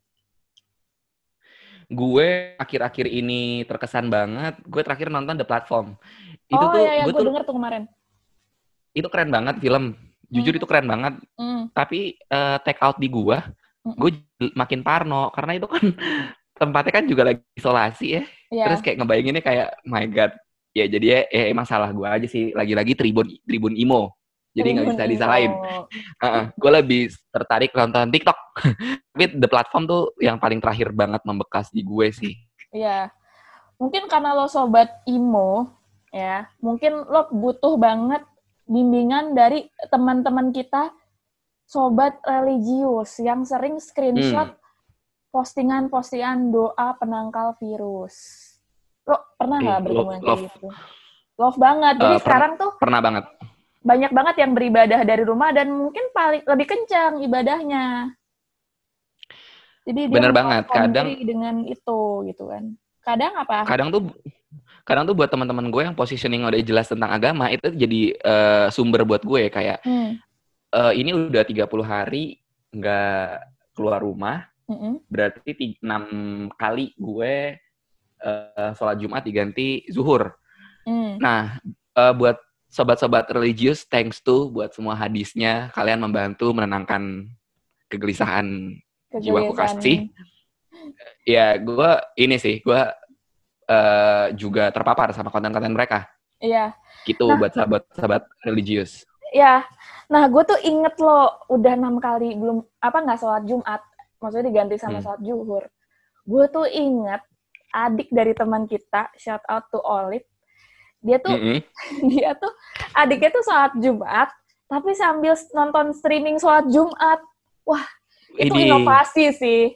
S2: Gue akhir-akhir ini terkesan banget. Gue terakhir nonton The Platform. Itu
S1: oh
S2: tuh
S1: iya, iya.
S2: gue
S1: tuh
S2: denger
S1: tuh kemarin.
S2: Itu keren banget film. Jujur mm. itu keren banget.
S1: Mm.
S2: Tapi uh, take out di gue, mm. gue makin parno karena itu kan tempatnya kan juga lagi isolasi ya. Yeah. Terus kayak ngebayanginnya kayak my god. Ya jadi ya, ya emang salah gue aja sih. Lagi-lagi tribun tribun emo. Jadi nggak bisa disalahin. Uh-uh. Gue lebih tertarik nonton TikTok. Tapi The Platform tuh yang paling terakhir banget membekas di gue sih.
S1: Iya. Mungkin karena lo sobat emo, ya. Mungkin lo butuh banget bimbingan dari teman-teman kita sobat religius yang sering screenshot hmm. postingan-postingan doa penangkal virus. Lo pernah nggak eh, bertemu yang kayak gitu? Love banget. Jadi uh, sekarang
S2: per-
S1: tuh
S2: pernah banget.
S1: Banyak banget yang beribadah dari rumah dan mungkin paling lebih kencang ibadahnya. Jadi dia
S2: bener banget. Kadang
S1: dengan itu gitu kan. Kadang apa?
S2: Kadang tuh kadang tuh buat teman-teman gue yang positioning udah jelas tentang agama itu jadi uh, sumber buat gue kayak hmm. uh, ini udah tiga puluh hari nggak keluar rumah. Mm-hmm. Berarti enam kali gue uh, sholat Jumat diganti zuhur. Mm. Nah, uh, buat sobat-sobat religius, thanks to buat semua hadisnya, kalian membantu menenangkan kegelisahan jiwaku
S1: Kegelisahan.
S2: kasih. Ya, gue ini sih, gue uh, juga terpapar sama konten-konten mereka.
S1: Iya.
S2: Gitu
S1: Nah,
S2: buat sahabat-sahabat religius.
S1: ya, nah gue tuh inget loh, udah enam kali belum apa nggak sholat Jumat, maksudnya diganti sama
S2: Hmm.
S1: sholat zuhur. Gue tuh inget adik dari teman kita, shout out to Olive, dia tuh
S2: Mm-hmm.
S1: dia tuh adiknya tuh sholat Jumat, tapi sambil nonton streaming sholat Jumat. Wah, itu
S2: Ini.
S1: inovasi sih.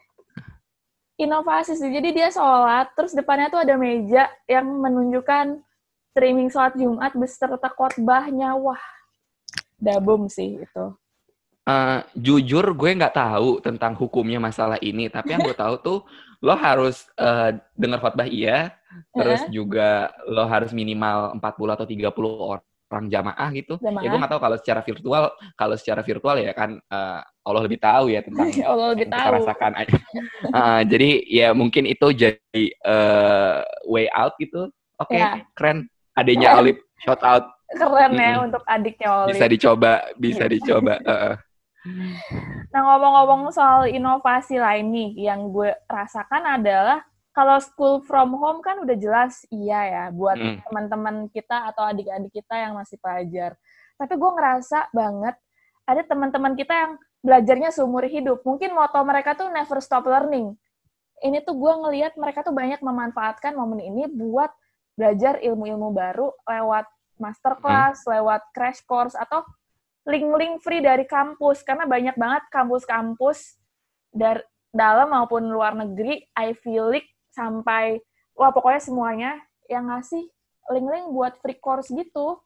S1: Inovasi sih. Jadi dia sholat, terus depannya tuh ada meja yang menunjukkan streaming sholat Jumat beserta khotbahnya. Wah, dabum sih itu.
S2: Uh, jujur gue nggak tahu tentang hukumnya masalah ini, tapi yang gue tahu tuh lo harus uh, dengar khotbah iya, terus
S1: uh-huh.
S2: juga lo harus minimal empat puluh atau tiga puluh orang jamaah gitu.
S1: Jamaah.
S2: Ya gue nggak tahu kalau secara virtual, kalau secara virtual ya kan uh, Allah lebih tahu ya tentang
S1: Allah lebih
S2: yang
S1: tahu.
S2: kita rasakan. uh, jadi ya mungkin itu jadi uh, way out gitu. Oke, okay, ya. Keren. Adanya Olive, shout out.
S1: Keren ya mm-mm. Untuk adiknya Olive.
S2: Bisa dicoba, bisa dicoba. Uh.
S1: Nah, ngomong-ngomong soal inovasi lain nih, yang gue rasakan adalah kalau school from home kan udah jelas iya ya buat mm. teman-teman kita atau adik-adik kita yang masih pelajar. Tapi gue ngerasa banget ada teman-teman kita yang belajarnya seumur hidup. Mungkin moto mereka tuh never stop learning. Ini tuh gue ngelihat mereka tuh banyak memanfaatkan momen ini buat belajar ilmu-ilmu baru lewat masterclass, mm. lewat crash course, atau link-link free dari kampus. Karena banyak banget kampus-kampus dari dalam maupun luar negeri, Ivy League, sampai, wah pokoknya semuanya yang ngasih link-link buat free course gitu.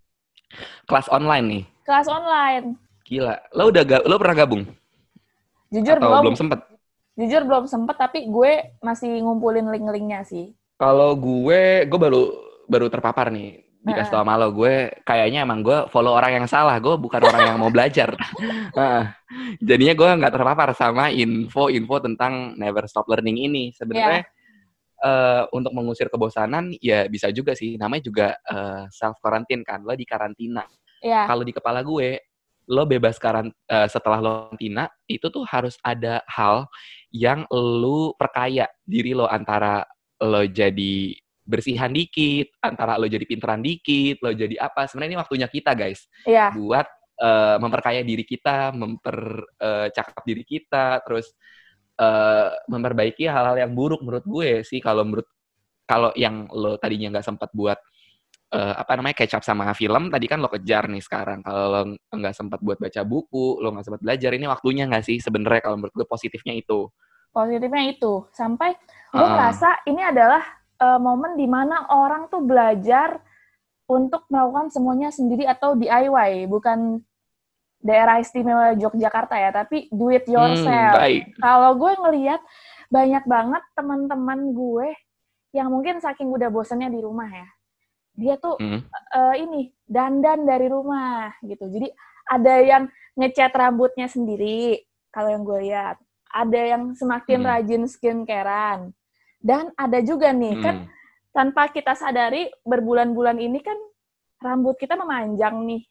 S2: Kelas online nih?
S1: Kelas online.
S2: Gila. Lo udah ga, lo pernah gabung?
S1: Jujur
S2: Atau
S1: belum.
S2: belum sempet?
S1: Jujur belum sempet, tapi gue masih ngumpulin link-linknya sih.
S2: Kalau gue, gue baru baru terpapar nih. Dikasih tau sama lo, gue kayaknya emang gue follow orang yang salah. Gue bukan orang yang mau belajar. uh, jadinya gue nggak terpapar sama info-info tentang Never Stop Learning ini. Sebenarnya yeah. uh, untuk mengusir kebosanan, ya bisa juga sih. Namanya juga uh, self-quarantine kan. Lo di karantina.
S1: Yeah.
S2: Kalau di kepala gue, lo bebas karant uh, setelah lo karantina, itu tuh harus ada hal yang lo perkaya diri lo, antara lo jadi bersihan dikit, antara lo jadi pinteran dikit, lo jadi apa. Sebenarnya ini waktunya kita, guys.
S1: Yeah.
S2: Buat uh, memperkaya diri kita, mempercakap uh, diri kita, terus uh, memperbaiki hal-hal yang buruk menurut gue sih. Kalau menurut kalau yang lo tadinya nggak sempat buat uh, apa namanya catch up sama film, tadi kan lo kejar nih sekarang. Kalau lo nggak sempat buat baca buku, lo nggak sempat belajar, ini waktunya nggak sih sebenarnya? Kalau menurut gue positifnya itu.
S1: Positifnya itu. Sampai gue uh. ngerasa ini adalah Uh, momen di mana orang tuh belajar untuk melakukan semuanya sendiri atau D I Y, bukan daerah istimewa Yogyakarta ya, tapi do it yourself. Hmm, kalau gue ngelihat banyak banget teman-teman gue yang mungkin saking udah bosannya di rumah ya, dia tuh hmm. uh, ini dandan dari rumah gitu. Jadi ada yang ngecat rambutnya sendiri, kalau yang gue lihat, ada yang semakin hmm. rajin skincarean. Dan ada juga nih, hmm. kan tanpa kita sadari berbulan-bulan ini kan rambut kita memanjang nih.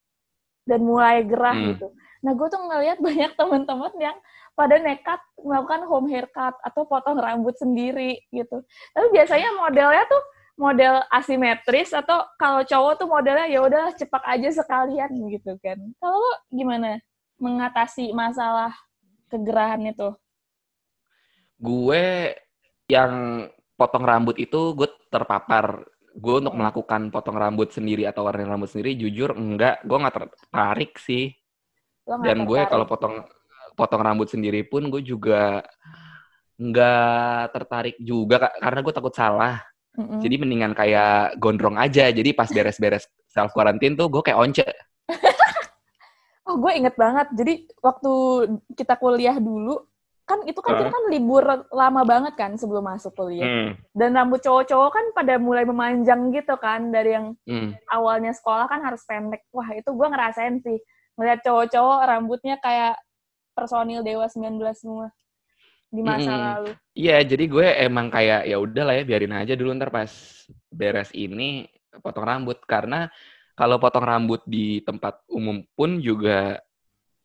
S1: Dan mulai gerah hmm. gitu. Nah, gue tuh ngeliat banyak teman-teman yang pada nekat melakukan home haircut atau potong rambut sendiri gitu. Tapi biasanya modelnya tuh model asimetris, atau kalau cowok tuh modelnya ya udah cepak aja sekalian gitu kan. Kalau lo gimana mengatasi masalah kegerahan itu?
S2: Gue yang potong rambut itu gue terpapar. Gue untuk melakukan potong rambut sendiri atau warna rambut sendiri, jujur enggak, gue nggak tertarik sih. Dan gue kalau potong potong rambut sendiri pun gue juga nggak tertarik juga, karena gue takut salah. Mm-hmm. Jadi mendingan kayak gondrong aja. Jadi pas beres-beres self quarantine tuh gue kayak once.
S1: Oh, gue inget banget. Jadi waktu kita kuliah dulu, kan itu kan huh? kita kan libur lama banget kan sebelum masuk kuliah. Hmm. Dan rambut cowok-cowok kan pada mulai memanjang gitu kan, dari yang hmm. awalnya sekolah kan harus pendek. Wah, itu gue ngerasain sih. Ngeliat cowok-cowok rambutnya kayak personil Dewa sembilan belas semua di masa hmm. lalu.
S2: Iya, jadi gue emang kayak ya udahlah ya, biarin aja dulu, ntar pas beres ini potong rambut. Karena kalau potong rambut di tempat umum pun juga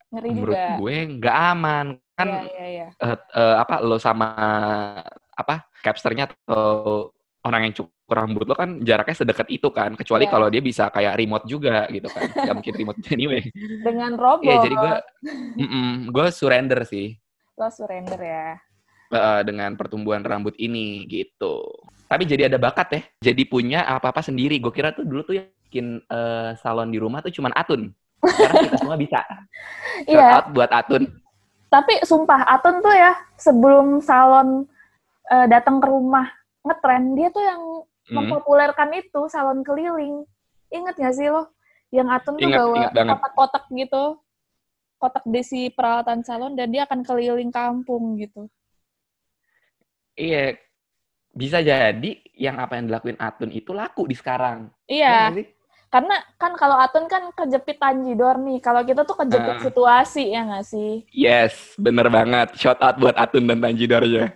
S1: Ngeri
S2: menurut
S1: juga.
S2: gue nggak aman kan.
S1: Iya, iya, iya.
S2: Uh, uh, apa lo sama apa capsternya atau orang yang cukur rambut lo kan jaraknya sedekat itu kan, kecuali
S1: Iya.
S2: kalau dia bisa kayak remote juga gitu kan, nggak mungkin remote anyway.
S1: Dengan
S2: Iya
S1: robot.
S2: jadi gue mm gue surrender sih
S1: Lo surrender ya.
S2: uh, dengan pertumbuhan rambut ini gitu. Tapi jadi ada bakat ya, jadi punya apa-apa sendiri. Gue kira tuh dulu tuh yang bikin uh, salon di rumah tuh cuman Atun. Sekarang kita semua bisa. Shout
S1: Iya.
S2: out buat Atun.
S1: Tapi sumpah Atun tuh ya sebelum salon uh, datang ke rumah ngetren, dia tuh yang hmm. mempopulerkan itu salon keliling. Ingat gak sih lo? Yang Atun tuh
S2: ingat,
S1: bawa
S2: ingat
S1: kotak-kotak gitu, kotak berisi peralatan salon dan dia akan keliling kampung gitu.
S2: Iya, bisa jadi yang apa yang dilakuin Atun itu laku di sekarang.
S1: Iya.
S2: Ya,
S1: karena kan kalau Atun kan kejepit Tanjidor nih. Kalau kita tuh kejepit uh, situasi, ya nggak sih?
S2: Yes, bener banget. Shout out buat Atun dan Tanjidornya.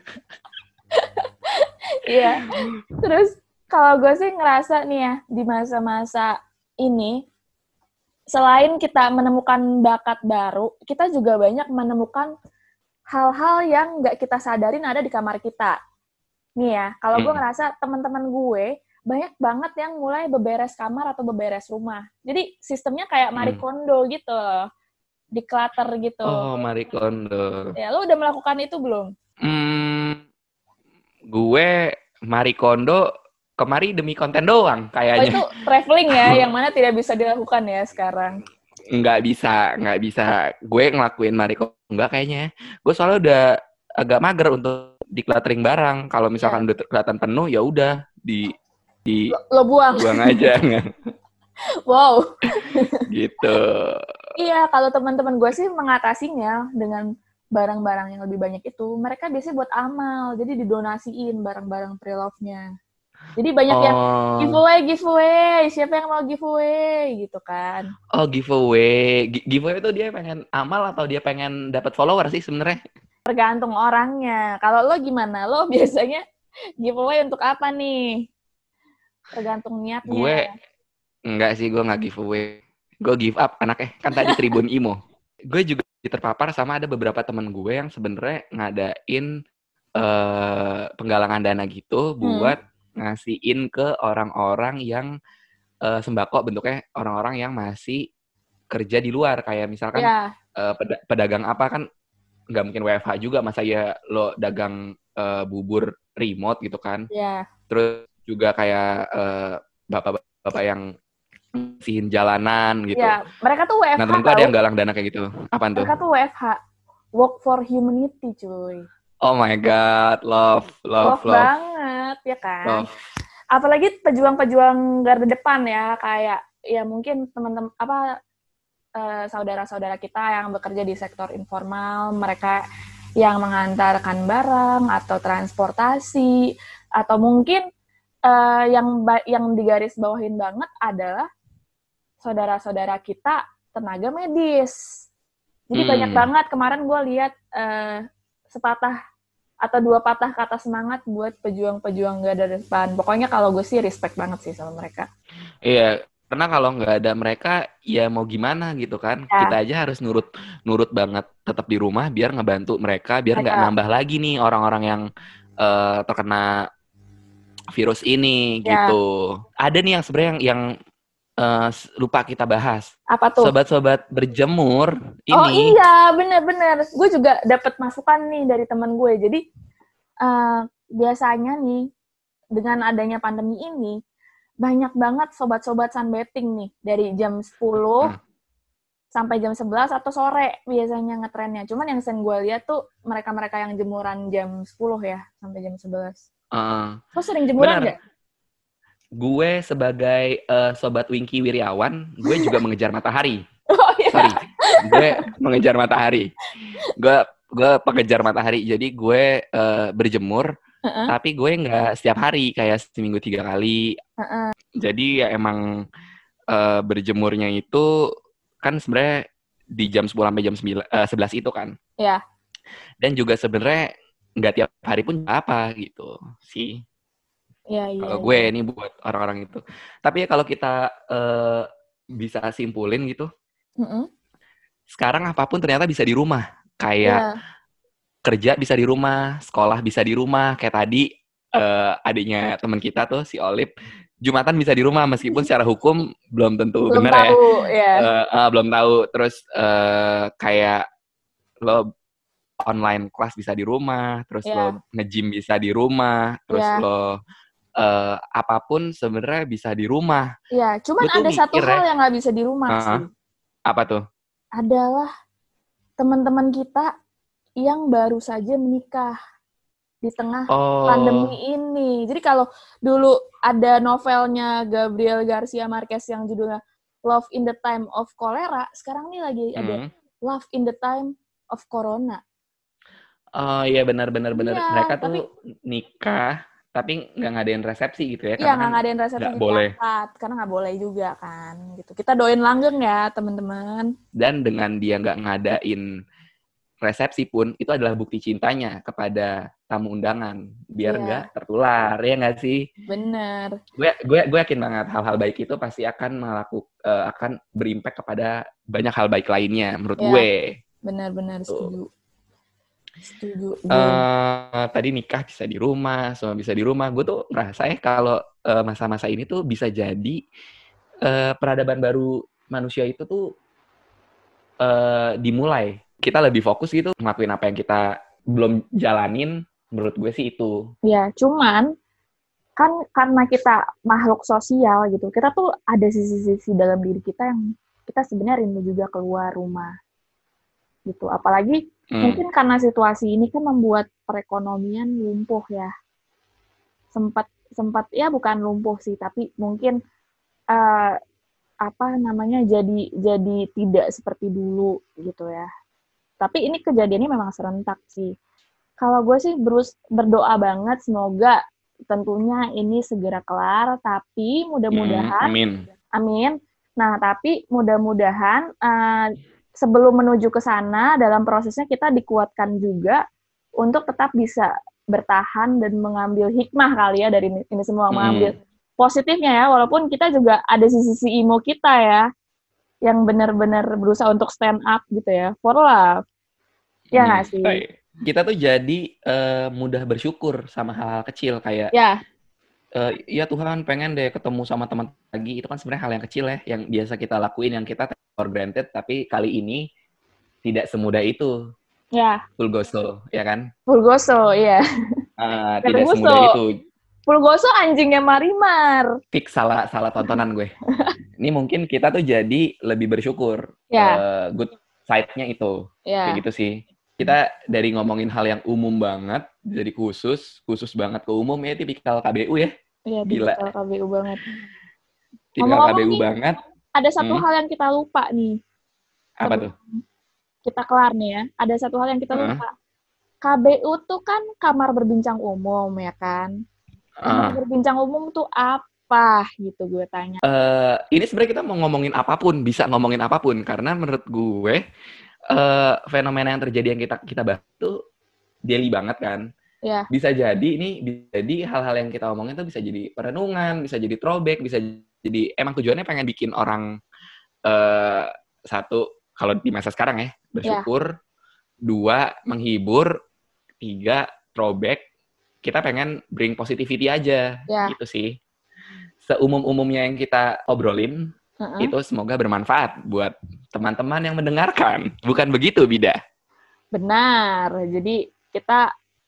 S1: Iya. Terus kalau gue sih ngerasa nih ya, di masa-masa ini, selain kita menemukan bakat baru, kita juga banyak menemukan hal-hal yang nggak kita sadarin ada di kamar kita. Nih ya, kalau hmm. gue ngerasa teman-teman gue banyak banget yang mulai beberes kamar atau beberes rumah. Jadi sistemnya kayak Marie Kondo hmm. gitu loh. Declutter gitu.
S2: Oh, Marie Kondo.
S1: Ya, lo udah melakukan itu belum?
S2: Hmm, gue Marie Kondo kemari demi konten doang kayaknya.
S1: Oh, itu traveling ya, yang mana tidak bisa dilakukan ya sekarang?
S2: Nggak bisa, nggak bisa. Gue ngelakuin Marie Kondo nggak kayaknya. Gue soalnya udah agak mager untuk decluttering barang. Kalau misalkan yeah. udah kelihatan penuh, ya udah di di
S1: lo, lo buang
S2: buang aja.
S1: Wow.
S2: Gitu.
S1: Iya, kalau teman-teman gue sih mengatasinya dengan barang-barang yang lebih banyak itu. Mereka biasanya buat amal, jadi didonasiin barang-barang pre-love-nya. Jadi banyak oh. yang giveaway, giveaway. Siapa yang mau giveaway gitu kan?
S2: Oh, giveaway. G- giveaway itu dia pengen amal atau dia pengen dapat follower sih sebenarnya?
S1: Tergantung orangnya. Kalau lo gimana? Lo biasanya giveaway untuk apa nih? Tergantung niatnya.
S2: Gue enggak sih, gue nggak giveaway. Gue give up anaknya. Kan tadi Tribun Imo. Gue juga terpapar sama ada beberapa teman gue yang sebenarnya ngadain uh, penggalangan dana gitu buat hmm. ngasihin ke orang-orang yang uh, sembako, bentuknya orang-orang yang masih kerja di luar. Kayak misalkan yeah. uh, ped- pedagang apa kan nggak mungkin W F H juga, masa ya lo dagang uh, bubur remote gitu kan.
S1: Yeah.
S2: Terus juga kayak uh, bapak-bapak yang ngasihin jalanan gitu.
S1: Ya, mereka tuh W F H.
S2: Nah, temen gue ada yang galang dana kayak gitu. Apaan tuh?
S1: Mereka tuh W F H. Work for humanity, cuy.
S2: Oh my God, love, love,
S1: love. Love banget, ya kan? Love. Apalagi pejuang-pejuang garda depan ya, kayak ya mungkin teman-teman apa uh, saudara-saudara kita yang bekerja di sektor informal, mereka yang mengantarkan barang atau transportasi, atau mungkin uh, yang yang digaris bawahin banget adalah saudara-saudara kita tenaga medis. Jadi hmm. banyak banget kemarin gue lihat uh, sepatah atau dua patah kata semangat buat pejuang-pejuang garda depan. Pokoknya kalau gue sih respect banget sih sama mereka.
S2: Iya, karena kalau nggak ada mereka ya mau gimana gitu kan. Ya. Kita aja harus nurut nurut banget tetap di rumah biar ngebantu mereka, biar nggak nambah lagi nih orang-orang yang uh, terkena virus ini ya. Gitu. Ada nih yang sebenarnya yang, yang uh, lupa kita bahas.
S1: Apa tuh?
S2: Sobat-sobat berjemur ini.
S1: Oh iya, bener-bener. Gue juga dapat masukan nih dari teman gue. Jadi uh, biasanya nih dengan adanya pandemi ini banyak banget sobat-sobat sunbathing nih dari jam sepuluh hmm. sampai jam sebelas atau sore biasanya ngetrennya. Cuman yang sen gue lihat tuh mereka-mereka yang jemuran jam sepuluh ya sampai jam sebelas. Uh, Lo sering jemuran nggak?
S2: Gue sebagai uh, sobat Wingky Wiryawan, gue juga mengejar matahari.
S1: Oh, iya.
S2: Sorry, gue mengejar matahari. Gue gue pengejar matahari. Jadi gue uh, berjemur, uh-uh. tapi gue nggak setiap hari, kayak seminggu tiga kali. Uh-uh. Jadi ya emang uh, berjemurnya itu kan sebenarnya di jam sepuluh sampai jam sembilan, uh, sebelas itu kan.
S1: Iya. Yeah. Dan
S2: juga sebenarnya nggak tiap hari pun apa gitu sih.
S1: Iya, iya.
S2: Kalau gue ini buat orang-orang itu. Tapi ya kalau kita uh, bisa simpulin gitu, mm-hmm. sekarang apapun ternyata bisa di rumah. Kayak
S1: Iya.
S2: kerja bisa di rumah, sekolah bisa di rumah. Kayak tadi uh, adiknya teman kita tuh si Olip, Jumatan bisa di rumah meskipun secara hukum belum tentu
S1: Belum
S2: benar ya.
S1: tahu, ya.
S2: Uh, uh, belum tahu. Terus uh, kayak lo online kelas bisa di rumah, terus
S1: Ya.
S2: lo nge-gym bisa di rumah, terus
S1: Ya.
S2: lo uh, apapun sebenarnya bisa di rumah.
S1: Iya, cuman
S2: Gue tuh
S1: ada satu
S2: mikir
S1: hal
S2: ya,
S1: yang nggak bisa di rumah
S2: uh,
S1: sih.
S2: apa tuh?
S1: Adalah teman-teman kita yang baru saja menikah di tengah
S2: Oh.
S1: pandemi ini. Jadi kalau dulu ada novelnya Gabriel Garcia Marquez yang judulnya Love in the Time of Cholera, sekarang ini lagi
S2: Hmm.
S1: ada Love in the Time of Corona.
S2: Oh iya benar-benar benar.
S1: Iya,
S2: Mereka tuh
S1: tapi
S2: nikah tapi nggak ngadain resepsi gitu ya?
S1: iya,
S2: Karena
S1: nggak
S2: kan
S1: ngadain resepsi
S2: nggak
S1: jadi
S2: boleh.
S1: akad, karena nggak boleh juga kan. Gitu. Kita doain langgeng ya teman-teman.
S2: Dan dengan dia nggak ngadain resepsi pun itu adalah bukti cintanya kepada tamu undangan biar
S1: Iya.
S2: nggak tertular, ya nggak sih?
S1: Bener.
S2: Gue gue gue yakin banget hal-hal baik itu pasti akan melakukan uh, akan berimpact kepada banyak hal baik lainnya menurut
S1: ya,
S2: gue.
S1: Benar-benar setuju. Setuju.
S2: Uh, tadi nikah bisa di rumah, semua bisa di rumah. Gue tuh ngerasa ya kalau uh, masa-masa ini tuh bisa jadi uh, peradaban baru manusia itu tuh uh, dimulai. Kita lebih fokus gitu ngelakuin apa yang kita belum jalanin. Menurut gue sih itu.
S1: Ya, cuman kan karena kita makhluk sosial gitu, kita tuh ada sisi-sisi dalam diri kita yang kita sebenarnya rindu juga keluar rumah. Gitu. Apalagi hmm. mungkin karena situasi ini kan membuat perekonomian lumpuh ya. Sempat sempat ya bukan lumpuh sih, tapi mungkin uh, apa namanya jadi jadi tidak seperti dulu gitu ya. Tapi ini kejadiannya memang serentak sih. Kalau gue sih berus berdoa banget semoga tentunya ini segera kelar, tapi mudah-mudahan
S2: hmm, amin.
S1: Amin. Nah, tapi mudah-mudahan uh, sebelum menuju ke sana, dalam prosesnya kita dikuatkan juga untuk tetap bisa bertahan dan mengambil hikmah kali ya dari ini semua, mm. mengambil positifnya ya, walaupun kita juga ada sisi-sisi emo kita ya, yang benar-benar berusaha untuk stand up gitu ya, for love. Ya nggak hmm. sih?
S2: Kita tuh jadi uh, mudah bersyukur sama hal-hal kecil kayak
S1: ya.
S2: Uh, ya Tuhan pengen deh ketemu sama teman lagi, itu kan sebenarnya hal yang kecil ya yang biasa kita lakuin, yang kita take for granted, tapi kali ini tidak semudah itu.
S1: Ya.
S2: Pulgoso, ya kan?
S1: Pulgoso, iya.
S2: Uh, tidak Pulgoso. Semudah itu.
S1: Pulgoso anjingnya Marimar.
S2: Fix salah salah tontonan gue. Ini mungkin kita tuh jadi lebih bersyukur.
S1: Ya.
S2: Uh, good side-nya itu.
S1: Ya.
S2: Kayak gitu sih. Kita dari ngomongin hal yang umum banget, jadi khusus, khusus banget ke umum ya, tipikal K B U ya.
S1: Iya, tipikal K B U banget.
S2: Tipikal K B U nih, banget.
S1: Ada satu hmm? hal yang kita lupa nih.
S2: Apa tuh?
S1: Kita kelar nih ya. Ada satu hal yang kita lupa. Uh. K B U tuh kan kamar berbincang umum ya kan? Kamar uh. berbincang umum tuh apa gitu gue tanya.
S2: Uh, ini sebenarnya kita mau ngomongin apapun, bisa ngomongin apapun. Karena menurut gue, Uh, fenomena yang terjadi yang kita kita bahas itu daily banget kan.
S1: Yeah.
S2: Bisa jadi ini bisa jadi hal-hal yang kita omongin itu bisa jadi perenungan, bisa jadi throwback, bisa jadi emang tujuannya pengen bikin orang uh, satu kalau di masa sekarang ya bersyukur, yeah. Dua menghibur, tiga throwback. Kita pengen bring positivity aja, yeah. Gitu sih. Seumum-umumnya yang kita obrolin. Uh-uh. Itu semoga bermanfaat buat teman-teman yang mendengarkan. Bukan begitu, Bida?
S1: Benar. Jadi kita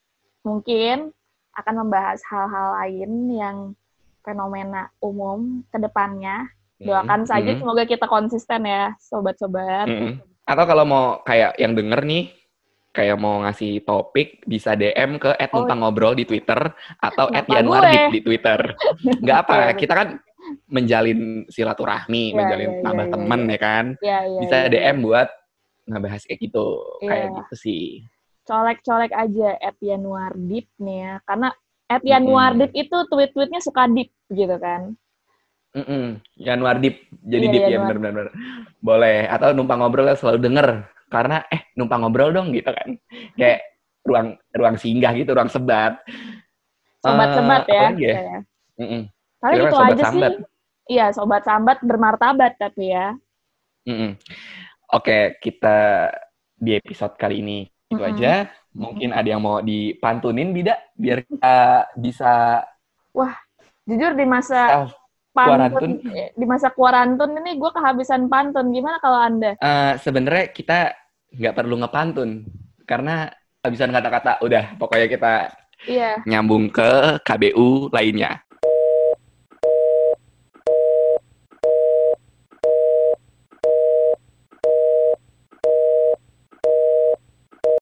S1: mungkin akan membahas hal-hal lain yang fenomena umum ke depannya. Doakan mm-hmm. saja semoga kita konsisten ya, sobat-sobat.
S2: Mm-hmm. Atau kalau mau kayak yang denger nih, kayak mau ngasih topik, bisa D M ke et numpang ngobrol di Twitter atau et yanuardip di Twitter. Nggak apa, kita kan menjalin silaturahmi, ya, menjalin ya, nambah ya, teman ya, ya kan, ya, ya, bisa ya, D M ya. Buat ngebahas kayak gitu, ya. Kayak gitu sih.
S1: Colek-colek aja et yanuardip nih ya, karena et yanuardip mm-hmm. itu tweet-tweetnya suka deep gitu kan.
S2: Mm-mm. Yanuardip, jadi ya, deep ya benar-benar. Boleh, atau numpang ngobrol selalu denger, karena eh numpang ngobrol dong gitu kan, kayak ruang ruang singgah gitu, ruang sebat.
S1: Sobat-sebat uh, ya.
S2: ya?
S1: ya.
S2: Mm-mm.
S1: Tapi itu aja sambat. Sih. Iya, sobat sambat bermartabat tapi ya.
S2: Mm-mm. Oke, kita di episode kali ini itu
S1: Mm-mm.
S2: aja. Mungkin ada yang mau dipantunin, Bida, biar kita bisa
S1: Wah, jujur di masa
S2: kuarantun.
S1: pantun, di masa kuarantun ini gue kehabisan pantun. Gimana kalau Anda?
S2: Uh, sebenarnya kita nggak perlu ngepantun karena kehabisan kata-kata. Udah, pokoknya kita
S1: Iya.
S2: nyambung ke K B U lainnya.